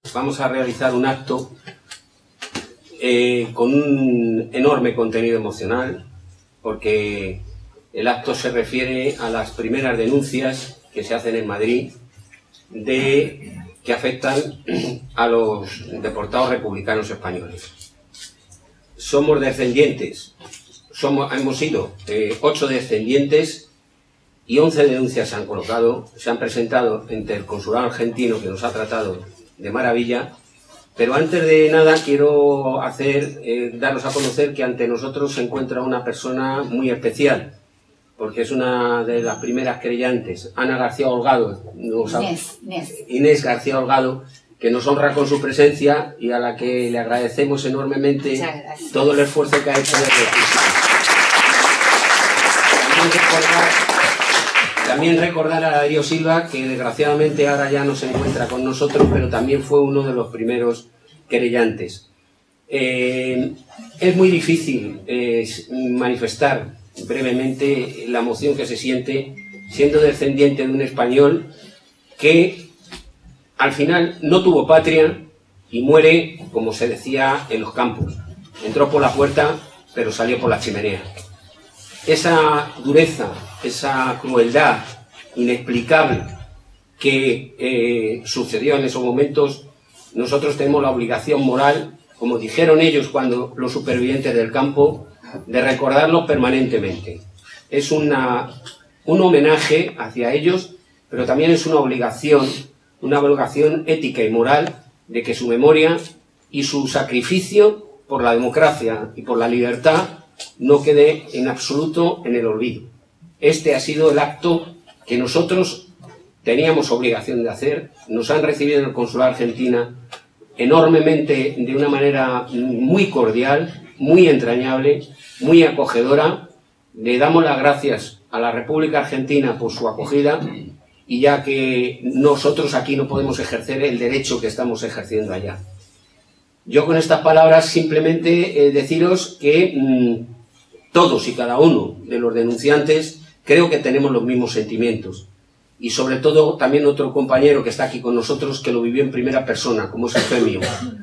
vamos a realizar un acto con un enorme contenido emocional, porque el acto se refiere a las primeras denuncias que se hacen en Madrid que afectan a los deportados republicanos españoles. Somos descendientes, hemos sido 8 descendientes y 11 denuncias se han presentado ante el consulado argentino, que nos ha tratado de maravilla. Pero antes de nada quiero daros a conocer que ante nosotros se encuentra una persona muy especial, porque es una de las primeras querellantes, Ana García Holgado, Inés García Holgado, que nos honra con su presencia y a la que le agradecemos enormemente todo el esfuerzo que ha hecho. También recordar a Darío Silva, que desgraciadamente ahora ya no se encuentra con nosotros, pero también fue uno de los primeros querellantes. Es muy difícil manifestar brevemente la emoción que se siente siendo descendiente de un español que al final no tuvo patria y muere, como se decía, en los campos. Entró por la puerta, pero salió por la chimenea. Esa dureza, esa crueldad inexplicable que sucedió en esos momentos, nosotros tenemos la obligación moral, como dijeron ellos cuando los supervivientes del campo, de recordarlo permanentemente. Es un homenaje hacia ellos, pero también es una obligación ética y moral de que su memoria y su sacrificio por la democracia y por la libertad no quede en absoluto en el olvido. Este ha sido el acto que nosotros teníamos obligación de hacer. Nos han recibido en el Consulado Argentina enormemente, de una manera muy cordial, muy entrañable, muy acogedora. Le damos las gracias a la República Argentina por su acogida, y ya que nosotros aquí no podemos ejercer el derecho que estamos ejerciendo allá. Yo con estas palabras simplemente deciros que todos y cada uno de los denunciantes creo que tenemos los mismos sentimientos. Y sobre todo también otro compañero que está aquí con nosotros, que lo vivió en primera persona, como es el Femio,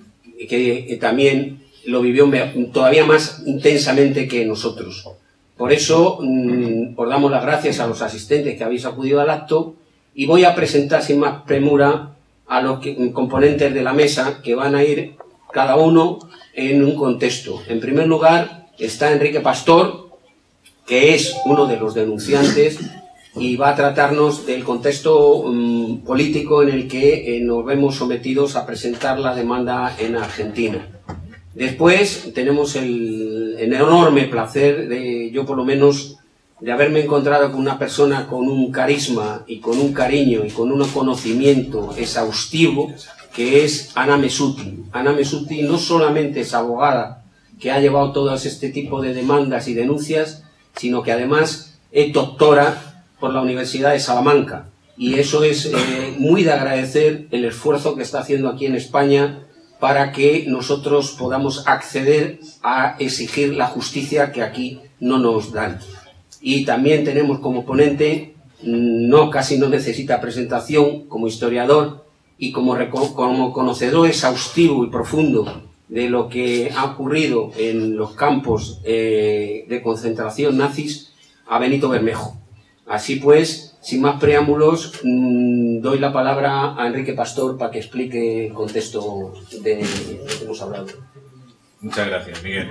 que también lo vivió todavía más intensamente que nosotros. Por eso os damos las gracias a los asistentes que habéis acudido al acto, y voy a presentar sin más premura a los componentes de la mesa, que van a ir cada uno en un contexto. En primer lugar está Enrique Pastor, que es uno de los denunciantes y va a tratarnos del contexto político en el que nos vemos sometidos a presentar la demanda en Argentina. Después tenemos el enorme placer de, yo por lo menos, de haberme encontrado con una persona con un carisma y con un cariño y con un conocimiento exhaustivo, que es Ana Messuti. Ana Messuti no solamente es abogada, que ha llevado todo este tipo de demandas y denuncias, sino que además es doctora por la Universidad de Salamanca. Y eso es muy de agradecer el esfuerzo que está haciendo aquí en España para que nosotros podamos acceder a exigir la justicia que aquí no nos dan. Y también tenemos como ponente, casi no necesita presentación, como historiador y como conocedor exhaustivo y profundo de lo que ha ocurrido en los campos de concentración nazis, a Benito Bermejo. Así pues, sin más preámbulos, doy la palabra a Enrique Pastor para que explique el contexto de lo que hemos hablado. Muchas gracias, Miguel.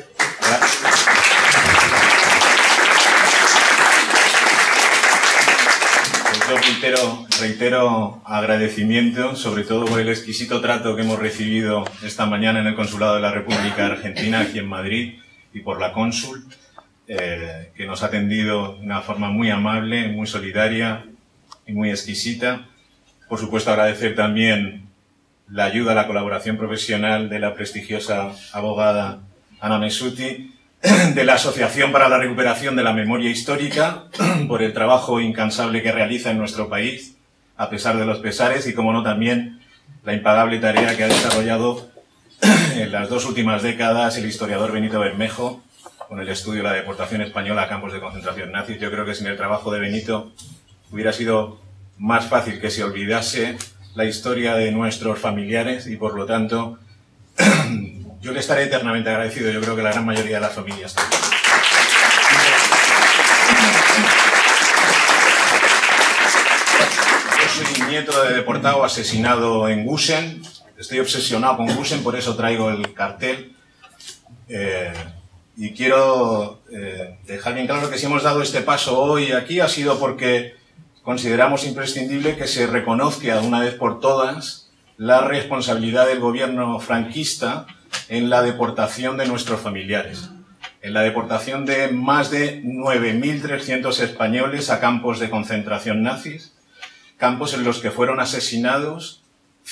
Yo reitero agradecimiento, sobre todo por el exquisito trato que hemos recibido esta mañana en el Consulado de la República Argentina, aquí en Madrid, y por la cónsul, que nos ha atendido de una forma muy amable, muy solidaria y muy exquisita. Por supuesto, agradecer también la ayuda, la colaboración profesional de la prestigiosa abogada Ana Messuti, de la Asociación para la Recuperación de la Memoria Histórica, por el trabajo incansable que realiza en nuestro país, a pesar de los pesares, y como no también la impagable tarea que ha desarrollado en las 2 últimas décadas el historiador Benito Bermejo, con el estudio de la deportación española a campos de concentración nazis. Yo creo que sin el trabajo de Benito hubiera sido más fácil que se olvidase la historia de nuestros familiares y, por lo tanto, yo le estaré eternamente agradecido. Yo creo que la gran mayoría de las familias también. Yo soy nieto de deportado asesinado en Gusen. Estoy obsesionado con Gusen, por eso traigo el cartel. Y quiero dejar bien claro que si hemos dado este paso hoy aquí ha sido porque consideramos imprescindible que se reconozca de una vez por todas la responsabilidad del gobierno franquista en la deportación de nuestros familiares, en la deportación de más de 9.300 españoles a campos de concentración nazis, campos en los que fueron asesinados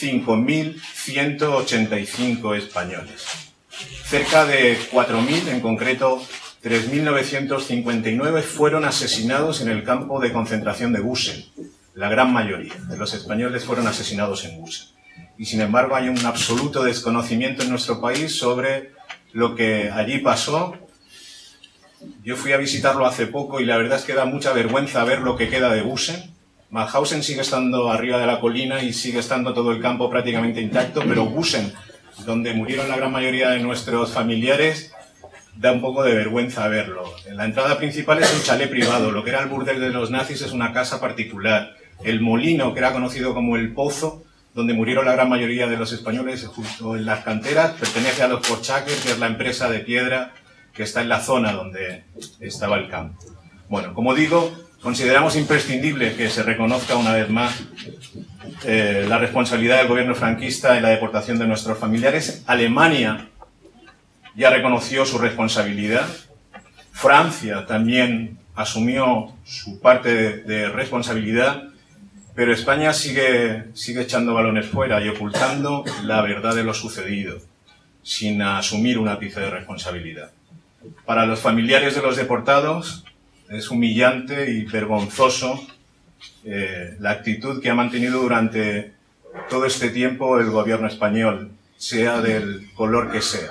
5.185 españoles. Cerca de 4.000, en concreto 3.959, fueron asesinados en el campo de concentración de Gusen. La gran mayoría de los españoles fueron asesinados en Gusen. Y sin embargo hay un absoluto desconocimiento en nuestro país sobre lo que allí pasó. Yo fui a visitarlo hace poco y la verdad es que da mucha vergüenza ver lo que queda de Gusen. Mauthausen sigue estando arriba de la colina y sigue estando todo el campo prácticamente intacto, pero Gusen, donde murieron la gran mayoría de nuestros familiares, da un poco de vergüenza verlo. La entrada principal es un chalet privado, lo que era el burdel de los nazis es una casa particular. El molino, que era conocido como el Pozo, donde murieron la gran mayoría de los españoles, justo en las canteras, pertenece a los Porchaques, que es la empresa de piedra que está en la zona donde estaba el campo. Bueno, como digo, consideramos imprescindible que se reconozca una vez más la responsabilidad del gobierno franquista en la deportación de nuestros familiares. Alemania ya reconoció su responsabilidad. Francia también asumió su parte de responsabilidad, pero España sigue echando balones fuera y ocultando la verdad de lo sucedido, sin asumir un ápice de responsabilidad. Para los familiares de los deportados es humillante y vergonzoso la actitud que ha mantenido durante todo este tiempo el gobierno español, sea del color que sea.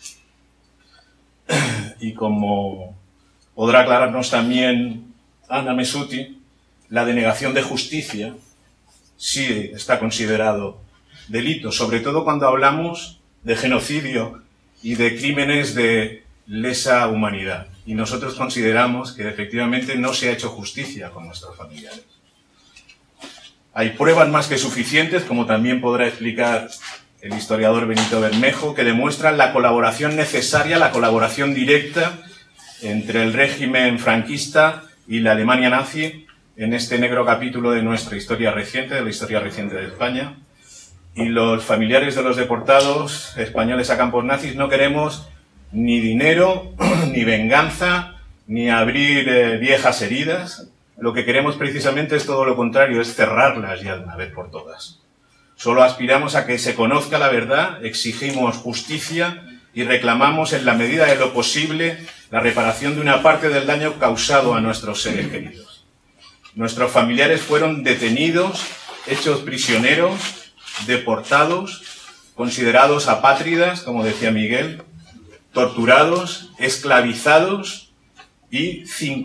Y como podrá aclararnos también Ana Messuti, la denegación de justicia sí está considerado delito, sobre todo cuando hablamos de genocidio y de crímenes de lesa humanidad. Y nosotros consideramos que efectivamente no se ha hecho justicia con nuestros familiares. Hay pruebas más que suficientes, como también podrá explicar el historiador Benito Bermejo, que demuestran la colaboración necesaria, la colaboración directa entre el régimen franquista y la Alemania nazi en este negro capítulo de nuestra historia reciente, de la historia reciente de España. Y los familiares de los deportados españoles a campos nazis no queremos ni dinero, ni venganza, ni abrir viejas heridas. Lo que queremos precisamente es todo lo contrario, es cerrarlas ya de una vez por todas. Solo aspiramos a que se conozca la verdad, exigimos justicia y reclamamos en la medida de lo posible la reparación de una parte del daño causado a nuestros seres queridos. Nuestros familiares fueron detenidos, hechos prisioneros, deportados, considerados apátridas, como decía Miguel, torturados, esclavizados y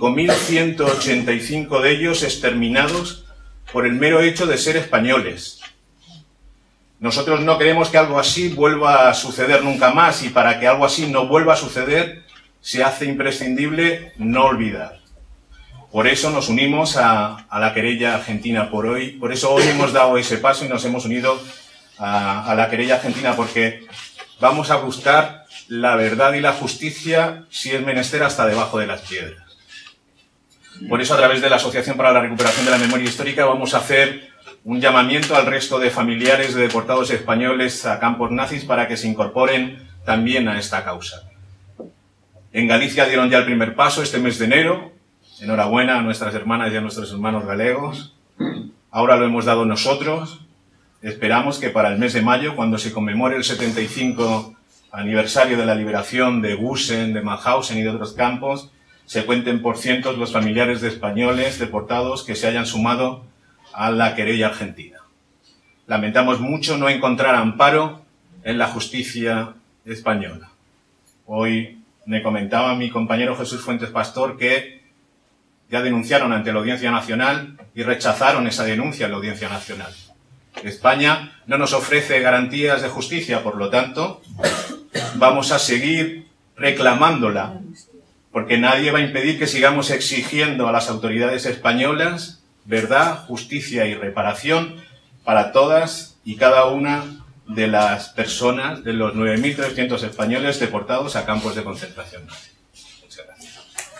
5.185 de ellos exterminados por el mero hecho de ser españoles. Nosotros no queremos que algo así vuelva a suceder nunca más, y para que algo así no vuelva a suceder se hace imprescindible no olvidar. Por eso nos unimos a la querella argentina por eso hoy hemos dado ese paso y nos hemos unido a la querella argentina, porque vamos a buscar la verdad y la justicia, si es menester, hasta debajo de las piedras. Por eso, a través de la Asociación para la Recuperación de la Memoria Histórica, vamos a hacer un llamamiento al resto de familiares de deportados españoles a campos nazis para que se incorporen también a esta causa. En Galicia dieron ya el primer paso este mes de enero. Enhorabuena a nuestras hermanas y a nuestros hermanos galegos. Ahora lo hemos dado nosotros. Esperamos que para el mes de mayo, cuando se conmemore el 75 aniversario de la liberación de Gusen, de Mauthausen y de otros campos, se cuenten por cientos los familiares de españoles deportados que se hayan sumado a la querella argentina. Lamentamos mucho no encontrar amparo en la justicia española. Hoy me comentaba mi compañero Jesús Fuentes Pastor que ya denunciaron ante la Audiencia Nacional y rechazaron esa denuncia en la Audiencia Nacional. España no nos ofrece garantías de justicia, por lo tanto, vamos a seguir reclamándola, porque nadie va a impedir que sigamos exigiendo a las autoridades españolas verdad, justicia y reparación para todas y cada una de las personas, de los 9.300 españoles deportados a campos de concentración nazi. Muchas gracias.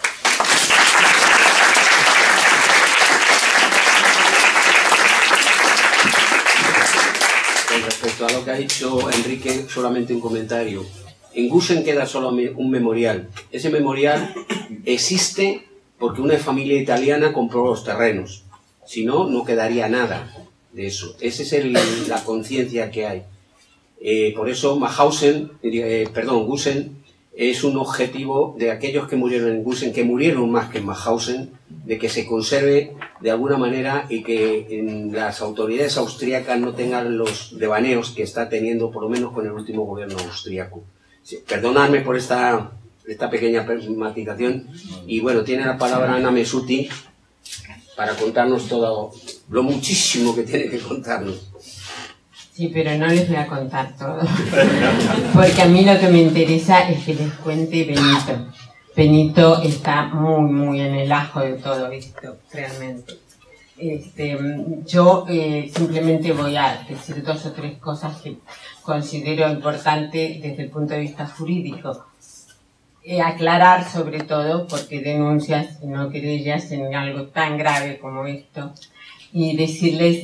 Respecto a lo que ha dicho Enrique, solamente un comentario. En Gusen queda solo un memorial. Ese memorial existe porque una familia italiana compró los terrenos. Si no, no quedaría nada de eso. Esa es la conciencia que hay. Por eso Gusen es un objetivo de aquellos que murieron en Gusen, que murieron más que en Mauthausen, de que se conserve de alguna manera y que las autoridades austríacas no tengan los devaneos que está teniendo, por lo menos con el último gobierno austríaco. Sí, perdonadme por esta pequeña matización. Y bueno, tiene la palabra Ana Mesuti para contarnos todo lo muchísimo que tiene que contarnos. Sí, pero no les voy a contar todo, porque a mí lo que me interesa es que les cuente Benito. Benito está muy en el ajo de todo esto, realmente. Yo simplemente voy a decir 2 o 3 cosas que considero importantes desde el punto de vista jurídico. Aclarar sobre todo porque denuncias y no querellas en algo tan grave como esto, y decirles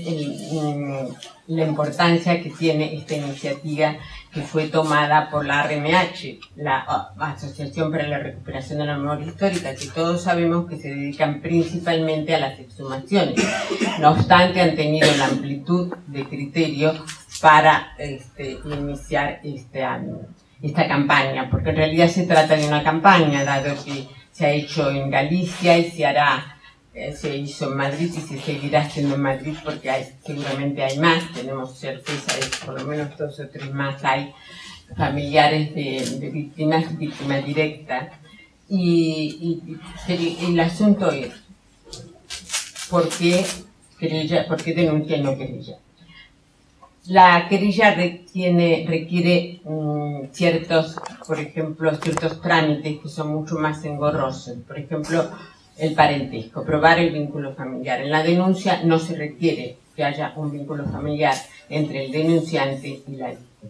la importancia que tiene esta iniciativa que fue tomada por la ARMH, la Asociación para la Recuperación de la Memoria Histórica, que todos sabemos que se dedican principalmente a las exhumaciones. No obstante, han tenido la amplitud de criterio para iniciar esta campaña, porque en realidad se trata de una campaña, dado que se ha hecho en Galicia y se hizo en Madrid y se seguirá haciendo en Madrid, porque seguramente hay más, tenemos certeza de que por lo menos 2 o 3 más hay familiares de víctima directa. Y el asunto es, ¿por qué denuncia y no querella? La querella requiere ciertos trámites que son mucho más engorrosos. Por ejemplo, el parentesco, probar el vínculo familiar. En la denuncia no se requiere que haya un vínculo familiar entre el denunciante y la víctima.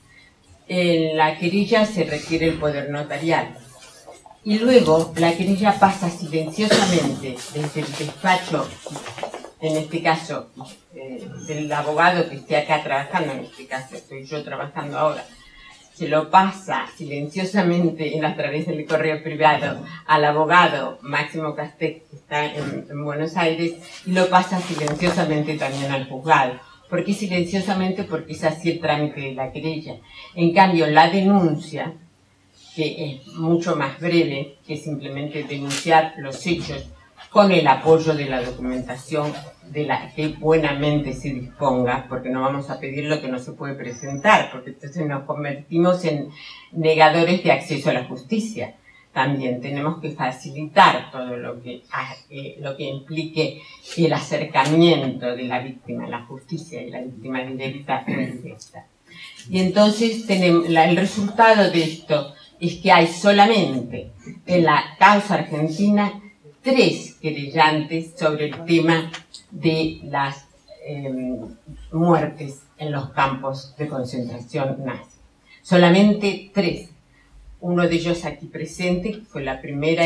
En la querella se requiere el poder notarial. Y luego la querella pasa silenciosamente desde el despacho, en este caso del abogado que esté acá trabajando, en este caso estoy yo trabajando ahora, se lo pasa silenciosamente a través del correo privado al abogado Máximo Castex, que está en Buenos Aires, y lo pasa silenciosamente también al juzgado. ¿Por qué silenciosamente? Porque es así el trámite de la querella. En cambio, la denuncia, que es mucho más breve que simplemente denunciar los hechos con el apoyo de la documentación de la que buenamente se disponga, porque no vamos a pedir lo que no se puede presentar, porque entonces nos convertimos en negadores de acceso a la justicia. También tenemos que facilitar todo lo que implique el acercamiento de la víctima a la justicia y la víctima directa o indirecta. Y entonces el resultado de esto es que hay solamente en la causa argentina 3 querellantes sobre el tema de las muertes en los campos de concentración nazi. Solamente 3. Uno de ellos aquí presente, que fue la primera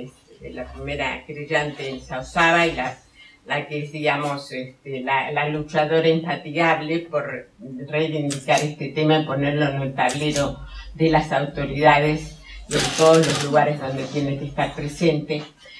querellante en Sausaba, y la que es, digamos, la luchadora infatigable por reivindicar este tema y ponerlo en el tablero de las autoridades y en todos los lugares donde tiene que estar presente.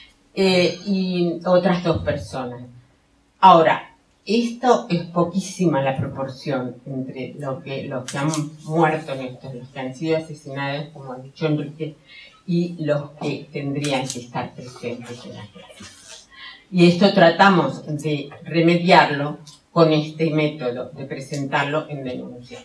Y otras 2 personas. Ahora, esto es poquísima la proporción entre los que han muerto en estos, los que han sido asesinados, como ha dicho Enrique, y los que tendrían que estar presentes en la clase. Y esto tratamos de remediarlo con este método, de presentarlo en denuncia.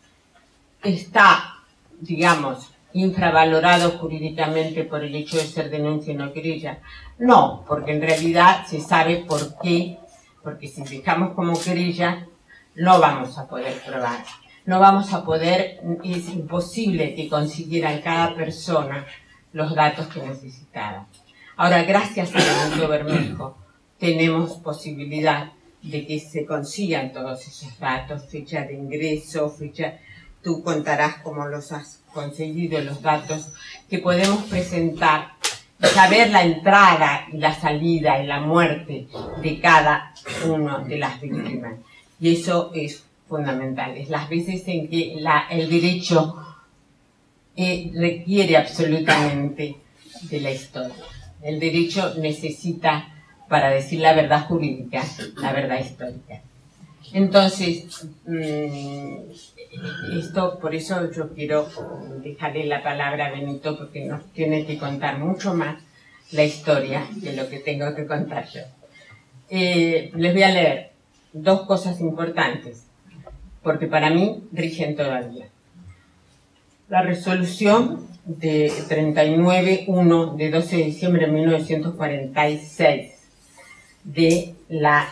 Está, digamos, infravalorado jurídicamente por el hecho de ser denuncia y no querella. No, porque en realidad se sabe por qué, porque si dejamos como querella, no vamos a poder probar. No vamos a poder, es imposible que consiguieran cada persona los datos que necesitaban. Ahora, gracias al Museo Bermejo, tenemos posibilidad de que se consigan todos esos datos, fecha de ingreso, fecha, tú contarás cómo los has conseguido, los datos que podemos presentar, saber la entrada y la salida y la muerte de cada una de las víctimas. Y eso es fundamental. Es las veces en que el derecho requiere absolutamente de la historia. El derecho necesita, para decir la verdad jurídica, la verdad histórica. Entonces, por eso yo quiero dejarle la palabra a Benito, porque nos tiene que contar mucho más la historia de lo que tengo que contar yo. Les voy a leer dos cosas importantes, porque para mí rigen todavía. La resolución de 39.1 de 12 de diciembre de 1946 de la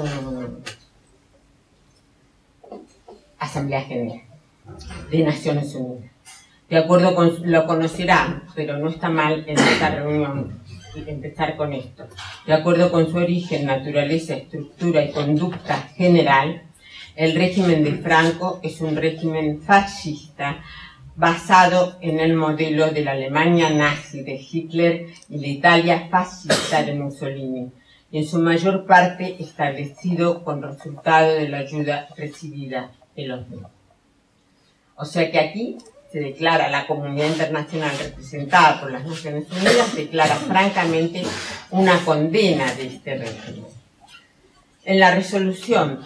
Asamblea General de Naciones Unidas. De acuerdo con, lo conocerán, pero no está mal en esta reunión empezar con esto. De acuerdo con su origen, naturaleza, estructura y conducta general, el régimen de Franco es un régimen fascista basado en el modelo de la Alemania nazi de Hitler y la Italia fascista de Mussolini, y en su mayor parte establecido con resultado de la ayuda recibida de los demás. O sea que aquí se declara, la comunidad internacional representada por las Naciones Unidas declara francamente una condena de este régimen. En la resolución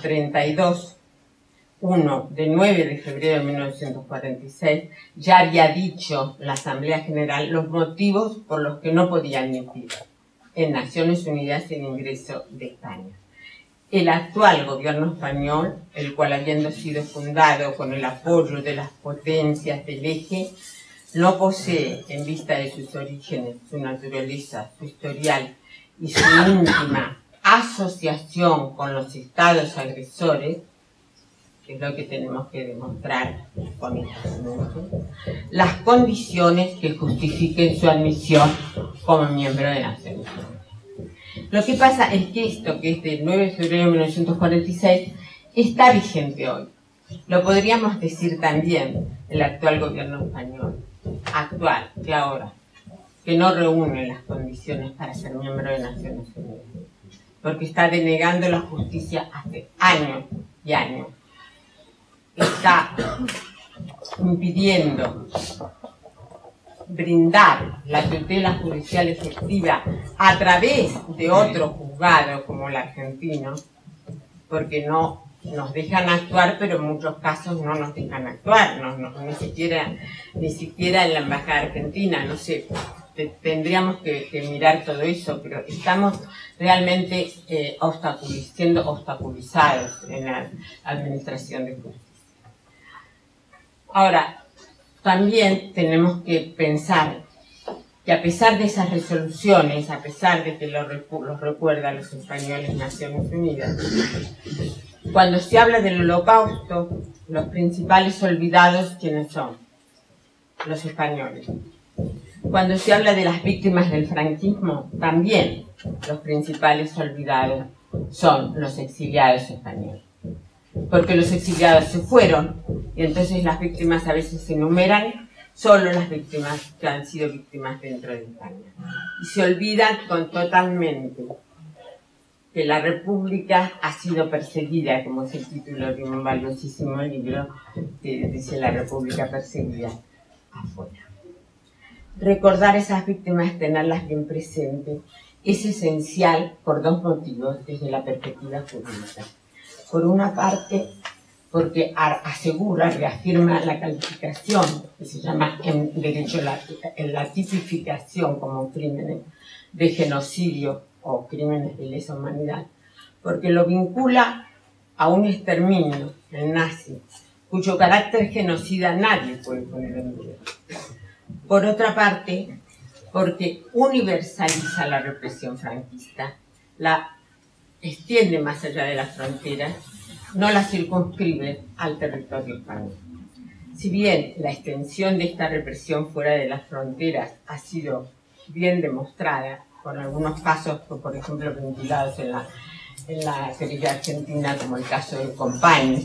32.1 de 9 de febrero de 1946 ya había dicho la Asamblea General los motivos por los que no podía admitir en Naciones Unidas el ingreso de España. El actual gobierno español, el cual habiendo sido fundado con el apoyo de las potencias del eje, no posee, en vista de sus orígenes, su naturaleza, su historial y su íntima asociación con los estados agresores, que es lo que tenemos que demostrar con estos puntos, las condiciones que justifiquen su admisión como miembro de Naciones Unidas. Lo que pasa es que esto, que es del 9 de febrero de 1946, está vigente hoy. Lo podríamos decir también el actual gobierno español, actual, de ahora, que no reúne las condiciones para ser miembro de Naciones Unidas, porque está denegando la justicia hace años y años. Está impidiendo brindar la tutela judicial efectiva a través de otro juzgado como el argentino, porque no nos dejan actuar, pero en muchos casos no nos dejan actuar, ni siquiera en la embajada argentina, no sé, tendríamos que mirar todo eso, pero estamos realmente siendo obstaculizados en la administración de justicia. Ahora, también tenemos que pensar que a pesar de esas resoluciones, a pesar de que los recuerdan los españoles Naciones Unidas, cuando se habla del Holocausto, los principales olvidados, ¿quiénes son? Los españoles. Cuando se habla de las víctimas del franquismo, también los principales olvidados son los exiliados españoles. Porque los exiliados se fueron y entonces las víctimas a veces se enumeran solo las víctimas que han sido víctimas dentro de España. Y se olvidan totalmente que la República ha sido perseguida, como es el título de un valiosísimo libro que dice La República perseguida afuera. Recordar esas víctimas, tenerlas bien presentes, es esencial por dos motivos desde la perspectiva jurídica. Por una parte, porque asegura, reafirma la calificación, que se llama en derecho la tipificación como crímenes de genocidio o crímenes de lesa humanidad, porque lo vincula a un exterminio, el nazi, cuyo carácter genocida nadie puede poner en duda. Por otra parte, porque universaliza la represión franquista, la extiende más allá de las fronteras no la circunscribe al territorio español. Si bien la extensión de esta represión fuera de las fronteras ha sido bien demostrada por algunos casos, por ejemplo, ventilados en la guerrilla argentina, como el caso del Compañi,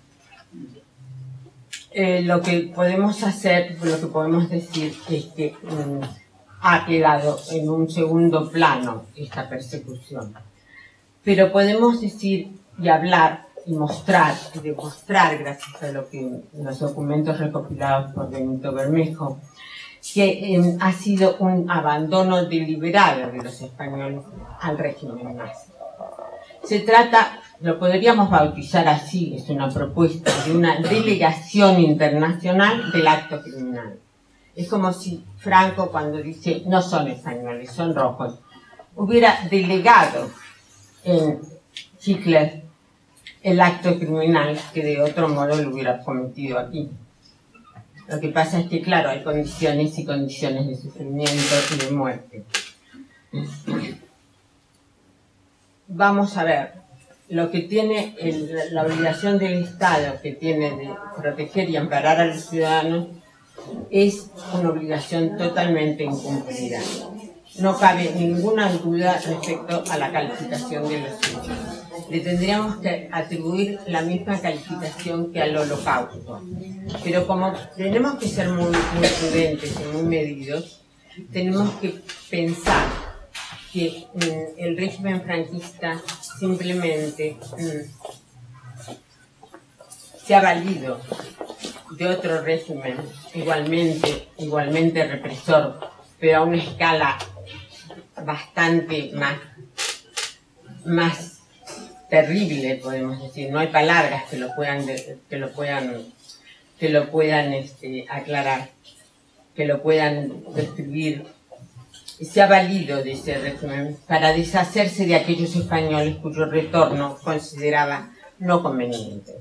lo que podemos hacer, lo que podemos decir es que ha quedado en un segundo plano esta persecución. Pero podemos decir y hablar y mostrar y demostrar, gracias a los documentos recopilados por Benito Bermejo, que ha sido un abandono deliberado de los españoles al régimen nazi. Se trata, lo podríamos bautizar así, es una propuesta de una delegación internacional del acto criminal. Es como si Franco, cuando dice no son españoles, son rojos, hubiera delegado en Hitler el acto criminal que de otro modo lo hubiera cometido aquí. Lo que pasa es que, claro, hay condiciones y condiciones de sufrimiento y de muerte. Vamos a ver, lo que tiene la obligación del Estado, que tiene de proteger y amparar a los ciudadanos, es una obligación totalmente incumplida. No cabe ninguna duda respecto a la calificación de los hechos. Le tendríamos que atribuir la misma calificación que al Holocausto. Pero como tenemos que ser muy prudentes y muy medidos, tenemos que pensar que el régimen franquista simplemente se ha valido de otro régimen igualmente represor, pero a una escala bastante más terrible, podemos decir. No hay palabras que lo puedan aclarar, que lo puedan describir. Se ha valido de ese régimen para deshacerse de aquellos españoles cuyo retorno consideraba no conveniente.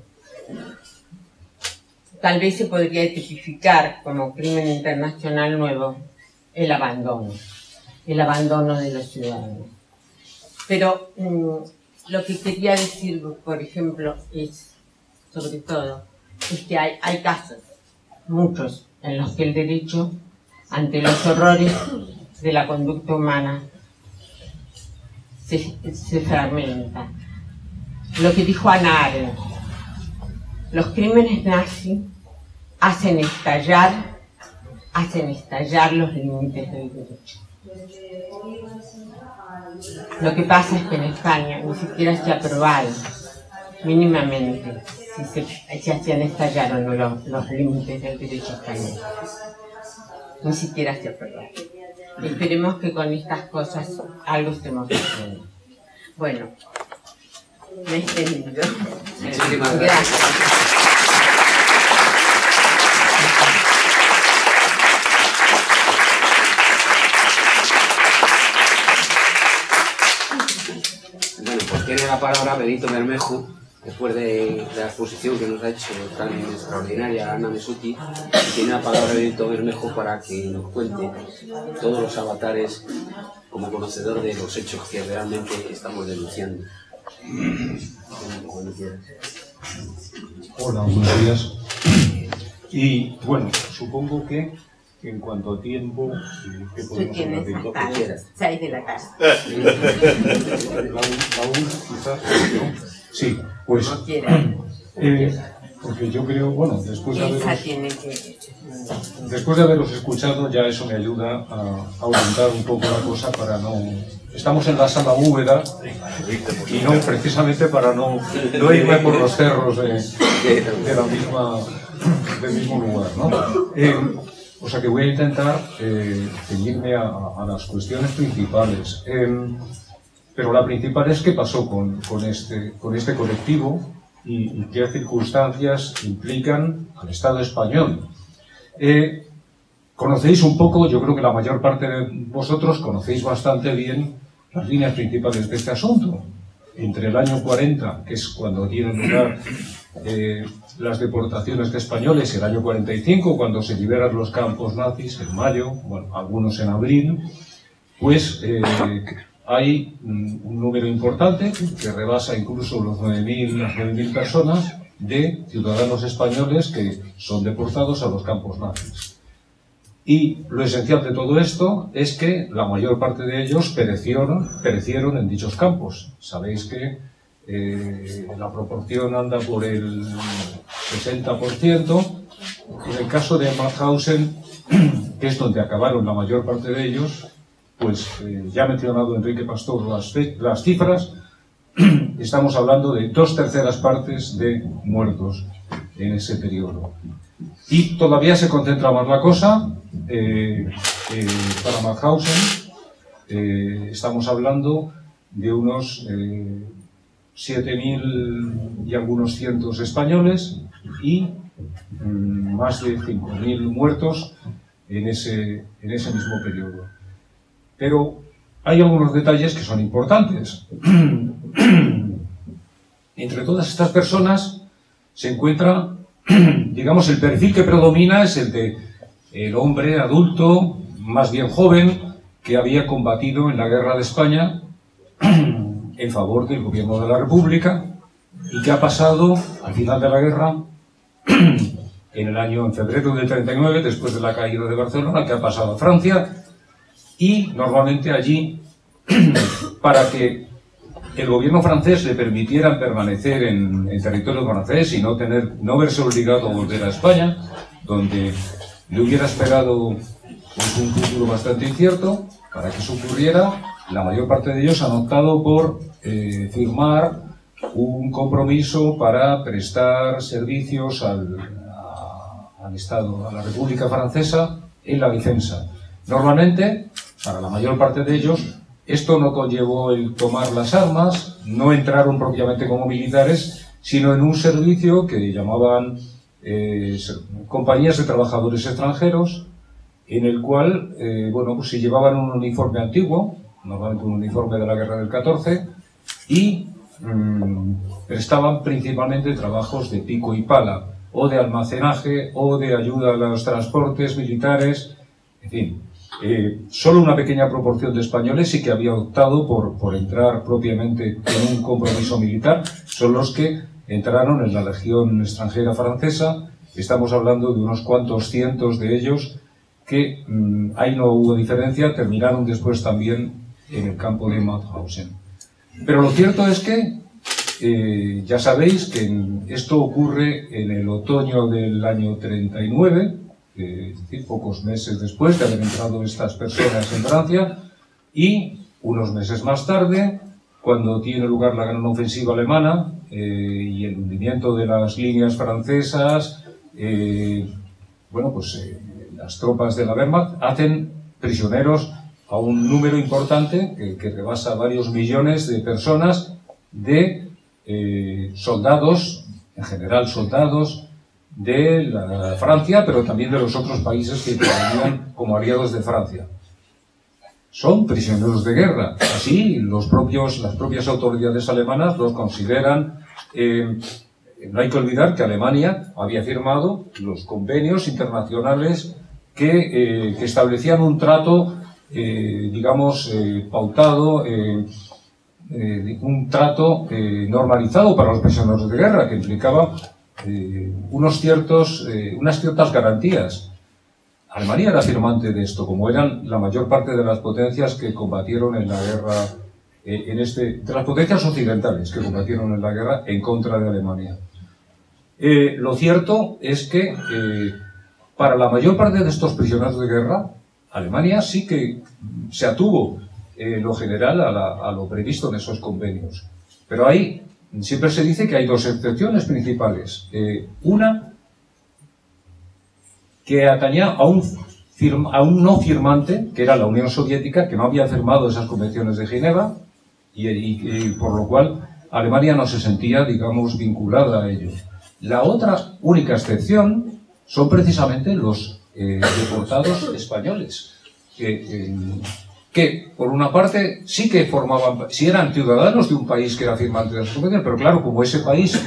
Tal vez se podría tipificar como crimen internacional nuevo el abandono de los ciudadanos. Pero lo que quería decir, por ejemplo, es, sobre todo, es que hay casos, muchos, en los que el derecho, ante los horrores de la conducta humana, se fragmenta. Lo que dijo Hannah Arendt: los crímenes nazis hacen estallar los límites del derecho. Lo que pasa es que en España ni siquiera se ha probado mínimamente si hacían estallar o no los límites del derecho español. Ni siquiera se ha probado. Esperemos que con estas cosas algo estemos haciendo. Bueno, me he extendido. Muchísimas Gracias. Bueno, pues tiene la palabra Benito Bermejo, después de la exposición que nos ha hecho tan extraordinaria Ana Mesuti, y tiene la palabra Benito Bermejo para que nos cuente todos los avatares como conocedor de los hechos que realmente estamos denunciando. Cuando quieras. Hola, buenos días. Y bueno, supongo que en cuanto a tiempo, ¿qué podemos hablar de lo que quieras? 6 de la casa. Raúl, quizás. Sí, pues. Porque yo creo, bueno, después de haberos escuchado, ya eso me ayuda a orientar un poco la cosa para no. Estamos en la sala Úbeda y no precisamente para no irme por los cerros del mismo lugar, ¿no? O sea que voy a intentar ceñirme a las cuestiones principales. Pero la principal es qué pasó con este colectivo y qué circunstancias implican al Estado español. Conocéis un poco, yo creo que la mayor parte de vosotros conocéis bastante bien las líneas principales de este asunto. Entre el año 40, que es cuando tienen lugar las deportaciones de españoles, y el año 45, cuando se liberan los campos nazis, en mayo, bueno, algunos en abril, pues hay un número importante, que rebasa incluso las 9.000 personas, de ciudadanos españoles que son deportados a los campos nazis. Y lo esencial de todo esto es que la mayor parte de ellos perecieron en dichos campos. Sabéis que la proporción anda por el 60%. En el caso de Mauthausen, que es donde acabaron la mayor parte de ellos, pues ya ha mencionado Enrique Pastor las cifras. Estamos hablando de 2/3 partes de muertos en ese periodo. Y todavía se concentra más la cosa. Para Mauthausen estamos hablando de unos 7.000 y algunos cientos españoles y más de 5.000 muertos en ese mismo periodo. Pero hay algunos detalles que son importantes. Entre todas estas personas se encuentra, digamos, el perfil que predomina es el de el hombre adulto, más bien joven, que había combatido en la Guerra de España en favor del gobierno de la República y que ha pasado, al final de la guerra, en febrero del 39, después de la caída de Barcelona, que ha pasado a Francia, y normalmente allí, para que el gobierno francés le permitiera permanecer en territorio francés y no verse obligado a volver a España, donde le hubiera esperado pues, un futuro bastante incierto. Para que eso ocurriera, la mayor parte de ellos han optado por firmar un compromiso para prestar servicios al Estado, a la República Francesa, en la defensa. Normalmente, para la mayor parte de ellos, esto no conllevó el tomar las armas, no entraron propiamente como militares, sino en un servicio que llamaban compañías de trabajadores extranjeros, en el cual, bueno, pues si llevaban un uniforme antiguo, normalmente un uniforme de la guerra del 14, y prestaban principalmente trabajos de pico y pala, o de almacenaje, o de ayuda a los transportes militares, en fin. Solo una pequeña proporción de españoles sí que había optado por entrar propiamente en un compromiso militar, son los que entraron en la Legión extranjera francesa. Estamos hablando de unos cuantos cientos de ellos que, ahí no hubo diferencia, terminaron después también en el campo de Mauthausen. Pero lo cierto es que ya sabéis que esto ocurre en el otoño del año 39, es decir, pocos meses después de haber entrado estas personas en Francia, y unos meses más tarde, cuando tiene lugar la gran ofensiva alemana y el hundimiento de las líneas francesas, bueno, pues las tropas de la Wehrmacht hacen prisioneros a un número importante que rebasa varios millones de personas, de soldados, en general soldados de la Francia, pero también de los otros países que venían como aliados de Francia. Son prisioneros de guerra. Así las propias autoridades alemanas los consideran. No hay que olvidar que Alemania había firmado los convenios internacionales que establecían un trato, digamos, pautado, un trato normalizado para los prisioneros de guerra, que implicaba unas ciertas garantías. Alemania era firmante de esto, como eran la mayor parte de las potencias que combatieron en la guerra, de las potencias occidentales que combatieron en la guerra en contra de Alemania. Lo cierto es que para la mayor parte de estos prisioneros de guerra, Alemania sí que se atuvo en lo general a lo previsto en esos convenios. Pero ahí siempre se dice que hay dos excepciones principales. Una, que atañía a un no firmante, que era la Unión Soviética, que no había firmado esas convenciones de Ginebra, y por lo cual Alemania no se sentía, digamos, vinculada a ello. La otra única excepción son precisamente los deportados españoles, que por una parte sí que formaban, sí eran ciudadanos de un país que era firmante de las convenciones, pero claro, como ese país,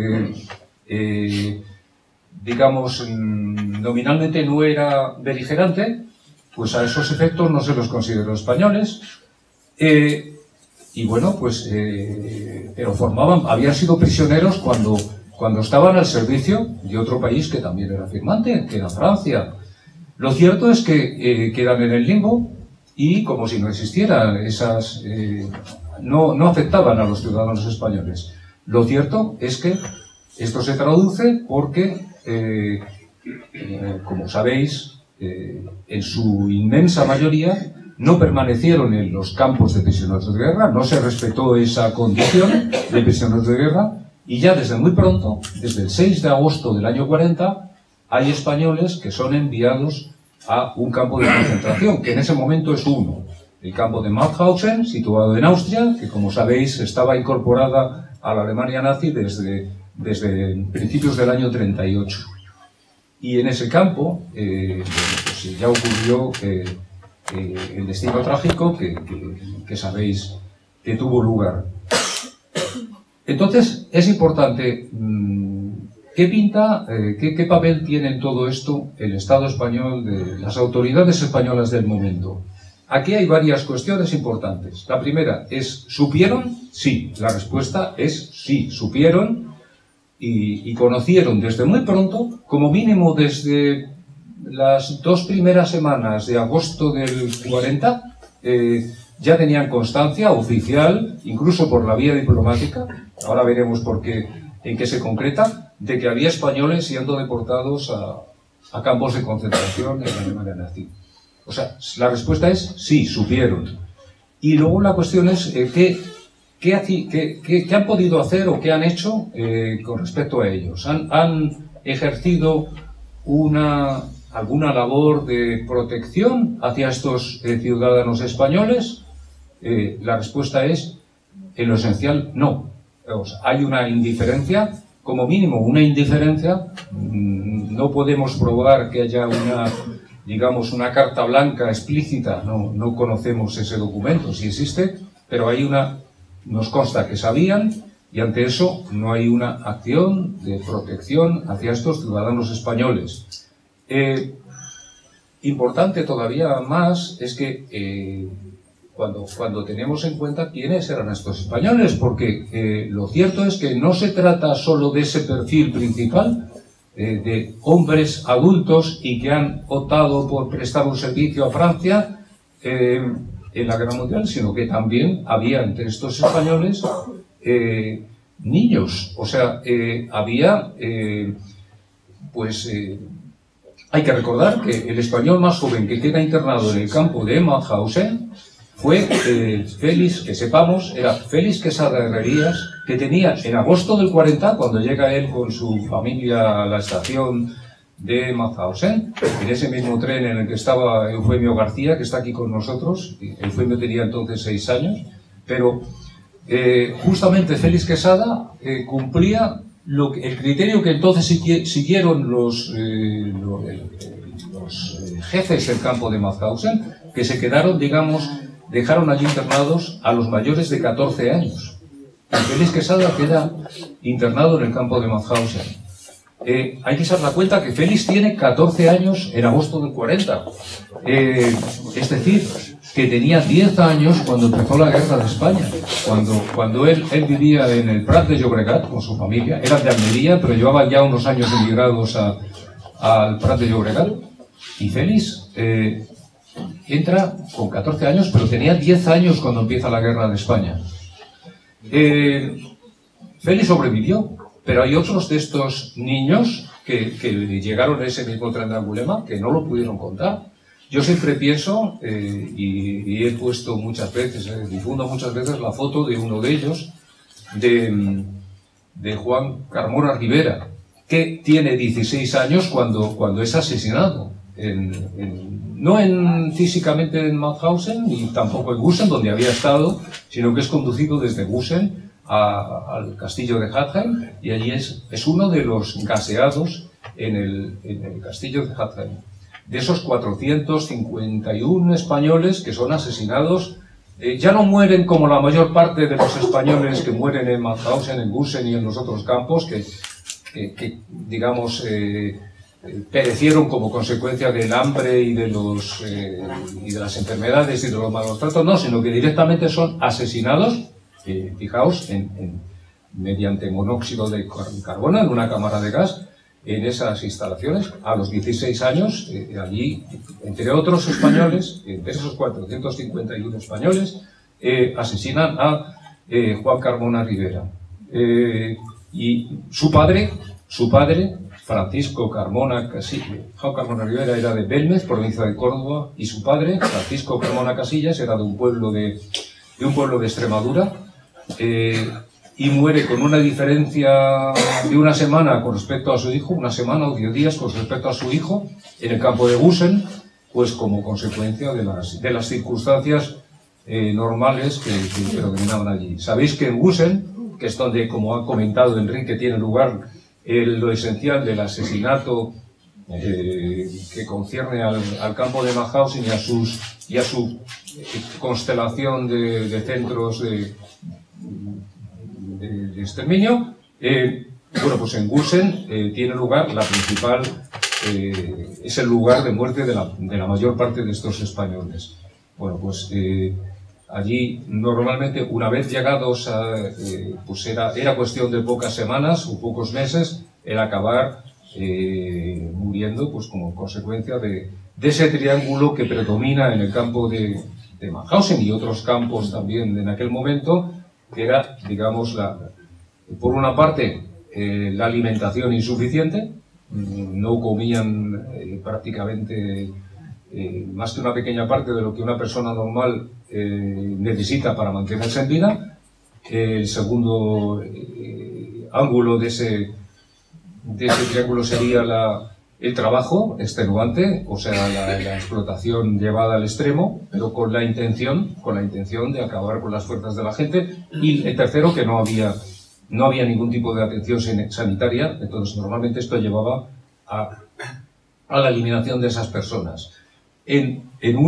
digamos, nominalmente no era beligerante, pues a esos efectos no se los consideró españoles, Y bueno, pues, pero habían sido prisioneros cuando estaban al servicio de otro país que también era firmante, que era Francia. Lo cierto es que quedan en el limbo y como si no existieran esas... no afectaban a los ciudadanos españoles. Lo cierto es que esto se traduce porque, como sabéis, en su inmensa mayoría no permanecieron en los campos de prisioneros de guerra, no se respetó esa condición de prisioneros de guerra, y ya desde muy pronto, desde el 6 de agosto del año 40, hay españoles que son enviados a un campo de concentración, que en ese momento es uno, el campo de Mauthausen, situado en Austria, que como sabéis estaba incorporada a la Alemania nazi desde principios del año 38. Y en ese campo pues ya ocurrió el destino trágico que sabéis que tuvo lugar. Entonces, es importante, ¿qué pinta, qué papel tiene en todo esto el Estado español, las autoridades españolas del momento? Aquí hay varias cuestiones importantes. La primera es, ¿supieron? Sí, la respuesta es sí, supieron y conocieron desde muy pronto, como mínimo desde las 2 primeras semanas de agosto del 40, ya tenían constancia oficial, incluso por la vía diplomática, ahora veremos en qué se concreta, de que había españoles siendo deportados a campos de concentración en la Alemania nazi. O sea, la respuesta es sí, supieron. Y luego la cuestión es ¿qué han podido hacer o qué han hecho con respecto a ellos? ¿Han ejercido alguna labor de protección hacia estos ciudadanos españoles? La respuesta es, en lo esencial, no. O sea, hay una indiferencia, como mínimo una indiferencia. No podemos probar que haya una carta blanca explícita, no conocemos ese documento, si existe, pero nos consta que sabían, y ante eso no hay una acción de protección hacia estos ciudadanos españoles. Importante todavía más es que cuando tenemos en cuenta quiénes eran estos españoles, porque lo cierto es que no se trata solo de ese perfil principal, de hombres adultos y que han optado por prestar un servicio a Francia en la Guerra Mundial, sino que también había entre estos españoles niños. O sea, había, hay que recordar que el español más joven que queda internado en el campo de Mauthausen fue Félix, que sepamos, era Félix Quesada Herrerías, que tenía en agosto del 40, cuando llega él con su familia a la estación de Mauthausen, en ese mismo tren en el que estaba Eufemio García, que está aquí con nosotros. Eufemio tenía entonces 6 años, pero justamente Félix Quesada cumplía el criterio que entonces siguieron los jefes del campo de Mauthausen, que se quedaron, dejaron allí internados a los mayores de 14 años. Félix Quesada queda internado en el campo de Mauthausen. Hay que echar la cuenta que Félix tiene 14 años en agosto del 40. Es decir, que tenía 10 años cuando empezó la Guerra de España. Cuando él vivía en el Prat de Llobregat con su familia. Eran de Almería, pero llevaban ya unos años emigrados al Prat de Llobregat. Y Félix entra con 14 años, pero tenía 10 años cuando empieza la Guerra de España. Félix sobrevivió, pero hay otros de estos niños que llegaron a ese mismo tren de Angulema que no lo pudieron contar. Yo siempre pienso, y he puesto muchas veces, difundo muchas veces la foto de uno de ellos, de Juan Carmona Rivera, que tiene 16 años cuando es asesinado. No físicamente en Mauthausen, ni tampoco en Gusen, donde había estado, sino que es conducido desde Gusen al castillo de Hatheim, y allí es uno de los gaseados en el castillo de Hatheim. De esos 451 españoles que son asesinados, ya no mueren como la mayor parte de los españoles que mueren en Mauthausen, en Gusen y en los otros campos, que perecieron como consecuencia del hambre y de las enfermedades y de los malos tratos, no, sino que directamente son asesinados, fijaos, mediante monóxido de carbono en una cámara de gas, en esas instalaciones, a los 16 años, allí, entre otros españoles, entre esos 451 españoles, asesinan a Juan Carmona Rivera. Y su padre, Francisco Carmona Casillas, Juan Carmona Rivera era de Belmez, provincia de Córdoba, y su padre, Francisco Carmona Casillas, era de un pueblo de Extremadura, y muere con una diferencia de una semana con respecto a su hijo, una semana o 10 días con respecto a su hijo, en el campo de Gusen, pues como consecuencia de las circunstancias normales que predominaban allí. Sabéis que en Gusen, que es donde, como ha comentado Enrique, tiene lugar lo esencial del asesinato que concierne al campo de Mauthausen y a su constelación de centros de exterminio, bueno, pues en Gusen tiene lugar la principal, es el lugar de muerte de la mayor parte de estos españoles. Bueno, pues allí normalmente una vez llegados pues era cuestión de pocas semanas o pocos meses el acabar muriendo pues como consecuencia de ese triángulo que predomina en el campo de Mauthausen y otros campos también en aquel momento, que era, digamos, por una parte la alimentación insuficiente, no comían prácticamente más que una pequeña parte de lo que una persona normal necesita para mantenerse en vida. El segundo ángulo de ese triángulo sería el trabajo extenuante, o sea, la explotación llevada al extremo, pero con la intención de acabar con las fuerzas de la gente. Y el tercero, que no había ningún tipo de atención sanitaria, entonces normalmente esto llevaba a la eliminación de esas personas. En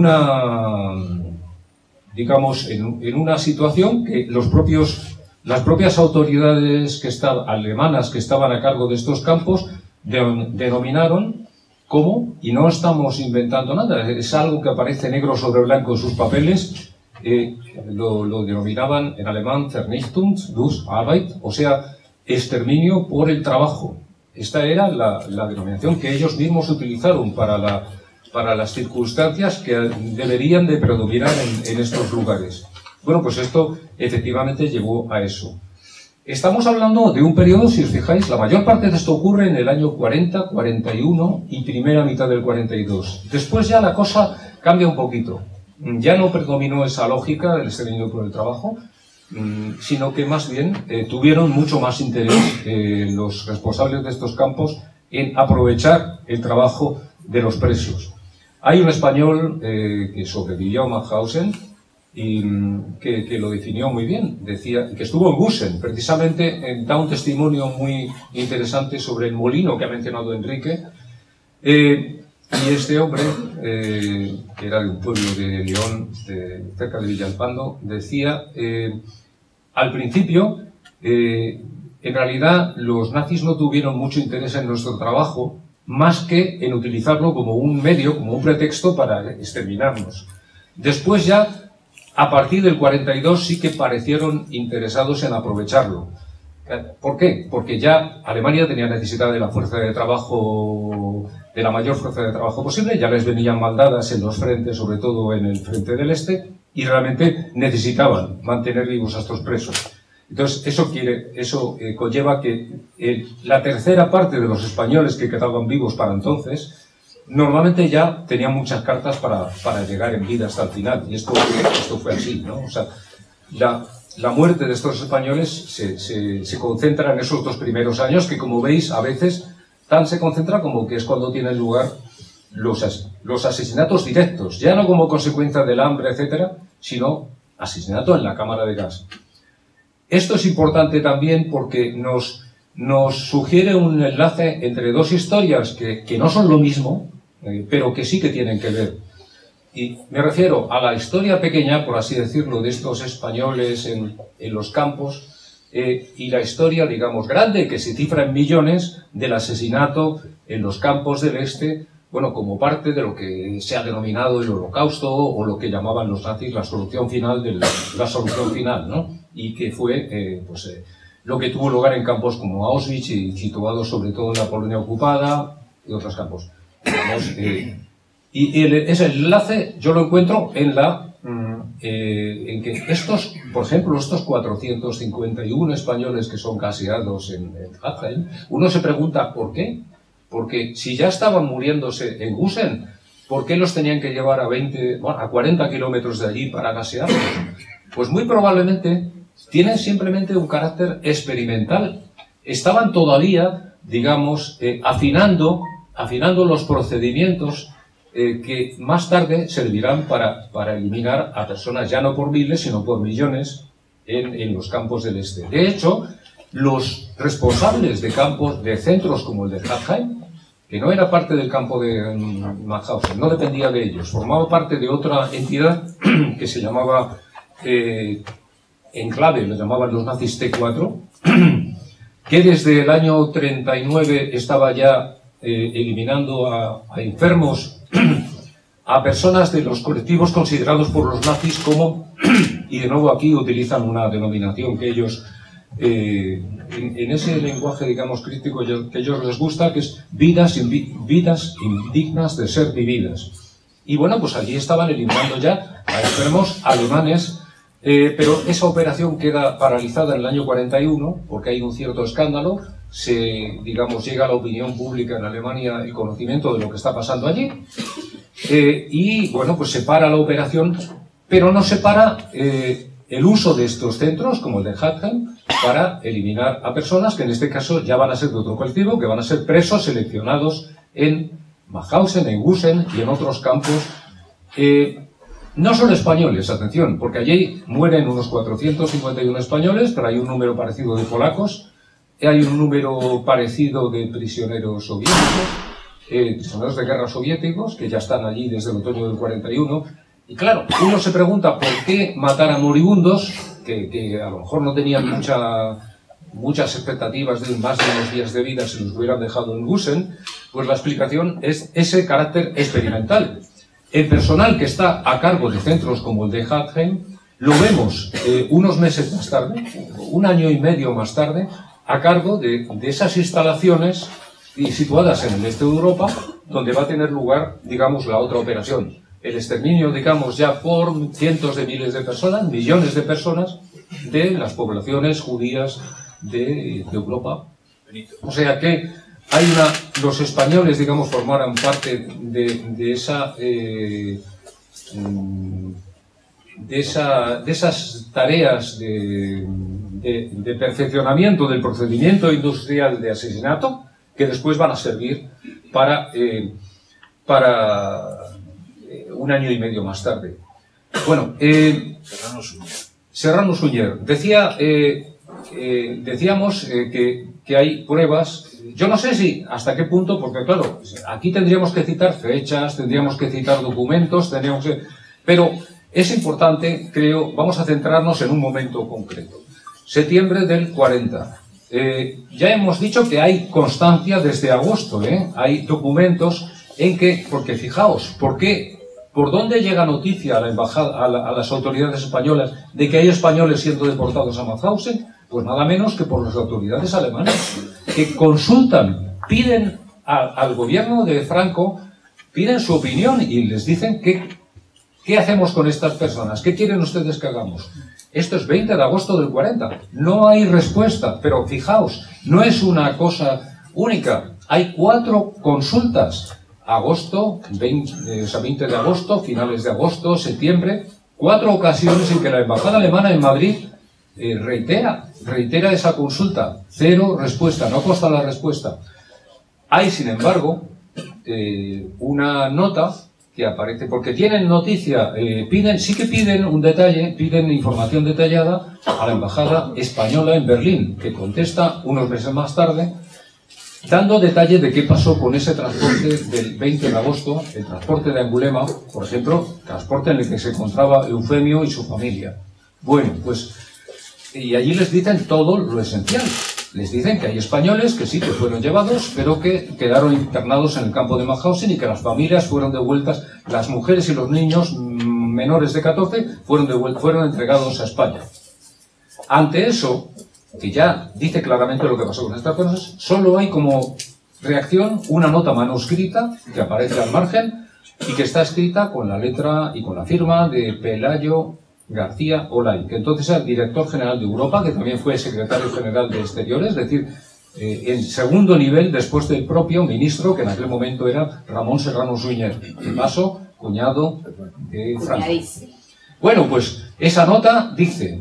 una situación que las propias autoridades alemanas que estaban a cargo de estos campos denominaron como, y no estamos inventando nada, es algo que aparece negro sobre blanco en sus papeles, lo denominaban en alemán Vernichtung durch Arbeit, o sea, exterminio por el trabajo. Esta era la denominación que ellos mismos utilizaron para las circunstancias que deberían de predominar en estos lugares. Bueno, pues esto efectivamente llevó a eso. Estamos hablando de un periodo, si os fijáis, la mayor parte de esto ocurre en el año 40, 41 y primera mitad del 42. Después ya la cosa cambia un poquito. Ya no predominó esa lógica del exterminio por el trabajo, sino que más bien tuvieron mucho más interés los responsables de estos campos en aprovechar el trabajo de los presos. Hay un español que sobrevivió a Mauthausen y que lo definió muy bien. Decía que estuvo en Gusen, precisamente da un testimonio muy interesante sobre el molino que ha mencionado Enrique. Y este hombre, que era de un pueblo de León, cerca de Villalpando, decía, al principio, en realidad los nazis no tuvieron mucho interés en nuestro trabajo, más que en utilizarlo como un medio, como un pretexto para exterminarnos. Después ya, a partir del 42, sí que parecieron interesados en aprovecharlo. ¿Por qué? Porque ya Alemania tenía necesidad de la fuerza de trabajo, de la mayor fuerza de trabajo posible, ya les venían maldadas en los frentes, sobre todo en el frente del este, y realmente necesitaban mantener vivos a estos presos. Entonces, eso conlleva que la tercera parte de los españoles que quedaban vivos para entonces, normalmente ya tenían muchas cartas para llegar en vida hasta el final, y esto fue así, ¿no? O sea, la muerte de estos españoles se concentra en esos 2 primeros años, que como veis, a veces tan se concentra como que es cuando tienen lugar los asesinatos directos, ya no como consecuencia del hambre, etcétera, sino asesinato en la cámara de gas. Esto es importante también porque nos sugiere un enlace entre 2 historias que no son lo mismo, pero que sí que tienen que ver. Y me refiero a la historia pequeña, por así decirlo, de estos españoles en los campos, y la historia, digamos, grande, que se cifra en millones, del asesinato en los campos del este, bueno, como parte de lo que se ha denominado el Holocausto, o lo que llamaban los nazis la solución final, ¿no? Y que fue, lo que tuvo lugar en campos como Auschwitz, y situados sobre todo en la Polonia ocupada y otros campos. Digamos, ese enlace yo lo encuentro en en que estos, por ejemplo, estos 451 españoles que son caseados en Hatay, uno se pregunta ¿por qué? Porque si ya estaban muriéndose en Gusen, ¿por qué los tenían que llevar a 40 kilómetros de allí para gasearlos? Pues muy probablemente tienen simplemente un carácter experimental. Estaban todavía, digamos, afinando los procedimientos que más tarde servirán para eliminar a personas ya no por miles, sino por millones en los campos del este. De hecho, los responsables de centros como el de Hatay, que no era parte del campo de Mauthausen, no dependía de ellos, formaba parte de otra entidad que se llamaba Enclave, lo llamaban los nazis T4, que desde el año 39 estaba ya eliminando a enfermos, a personas de los colectivos considerados por los nazis como, y de nuevo aquí utilizan una denominación que ellos, en ese lenguaje, digamos, crítico que a ellos les gusta, que es vidas indignas de ser vividas. Y bueno, pues allí estaban eliminando ya a enfermos alemanes, pero esa operación queda paralizada en el año 41, porque hay un cierto escándalo, digamos, llega a la opinión pública en Alemania el conocimiento de lo que está pasando allí, y bueno, pues se para la operación, pero no se para el uso de estos centros, como el de Hatay, para eliminar a personas que en este caso ya van a ser de otro colectivo, que van a ser presos seleccionados en Mauthausen, en Gusen y en otros campos. No solo españoles, atención, porque allí mueren unos 451 españoles, pero hay un número parecido de polacos, hay un número parecido de prisioneros soviéticos, prisioneros de guerra soviéticos, que ya están allí desde el otoño del 41. Y claro, uno se pregunta por qué matar a moribundos, que a lo mejor no tenían muchas expectativas de más de unos días de vida si los hubieran dejado en Gusen. Pues la explicación es ese carácter experimental. El personal que está a cargo de centros como el de Hatay, lo vemos unos meses más tarde, un año y medio más tarde, a cargo de esas instalaciones situadas en el este de Europa, donde va a tener lugar, digamos, la otra operación. El exterminio, digamos, ya por cientos de miles de personas, millones de personas, de las poblaciones judías de Europa. O sea que hay los españoles, digamos, formaron parte de esas tareas de perfeccionamiento del procedimiento industrial de asesinato, que después van a servir para un año y medio más tarde. Bueno, Serrano Suñer. Decíamos que hay pruebas. Yo no sé si hasta qué punto, porque claro, aquí tendríamos que citar fechas, tendríamos que citar documentos, pero es importante, creo, vamos a centrarnos en un momento concreto. Septiembre del 40. Ya hemos dicho que hay constancia desde agosto, hay documentos en que, porque fijaos, ¿por dónde llega noticia a la embajada, a las autoridades españolas de que hay españoles siendo deportados a Mauthausen? Pues nada menos que por las autoridades alemanas, que consultan, piden al gobierno de Franco, piden su opinión y les dicen ¿qué hacemos con estas personas? ¿Qué quieren ustedes que hagamos? Esto es 20 de agosto del 40. No hay respuesta, pero fijaos, no es una cosa única. Hay 4 consultas. Agosto, 20 de agosto, finales de agosto, septiembre. 4 ocasiones en que la embajada alemana en Madrid reitera esa consulta. 0 respuesta, no consta la respuesta. Hay, sin embargo, una nota que aparece, porque tienen noticia, sí que piden un detalle, piden información detallada a la embajada española en Berlín, que contesta unos meses más tarde, dando detalle de qué pasó con ese transporte del 20 de agosto, el transporte de Angulema, por ejemplo, transporte en el que se encontraba Eufemio y su familia. Bueno, pues y allí les dicen todo lo esencial. Les dicen que hay españoles que sí, que fueron llevados, pero que quedaron internados en el campo de Mauthausen y que las familias fueron devueltas, las mujeres y los niños menores de 14 fueron entregados a España. Ante eso, que ya dice claramente lo que pasó con estas cosas, solo hay como reacción una nota manuscrita que aparece al margen y que está escrita con la letra y con la firma de Pelayo García Olay, que entonces era el director general de Europa, que también fue secretario general de Exteriores, es decir, en segundo nivel después del propio ministro, que en aquel momento era Ramón Serrano Suñer, de paso, cuñado de Franco. Bueno, pues esa nota dice,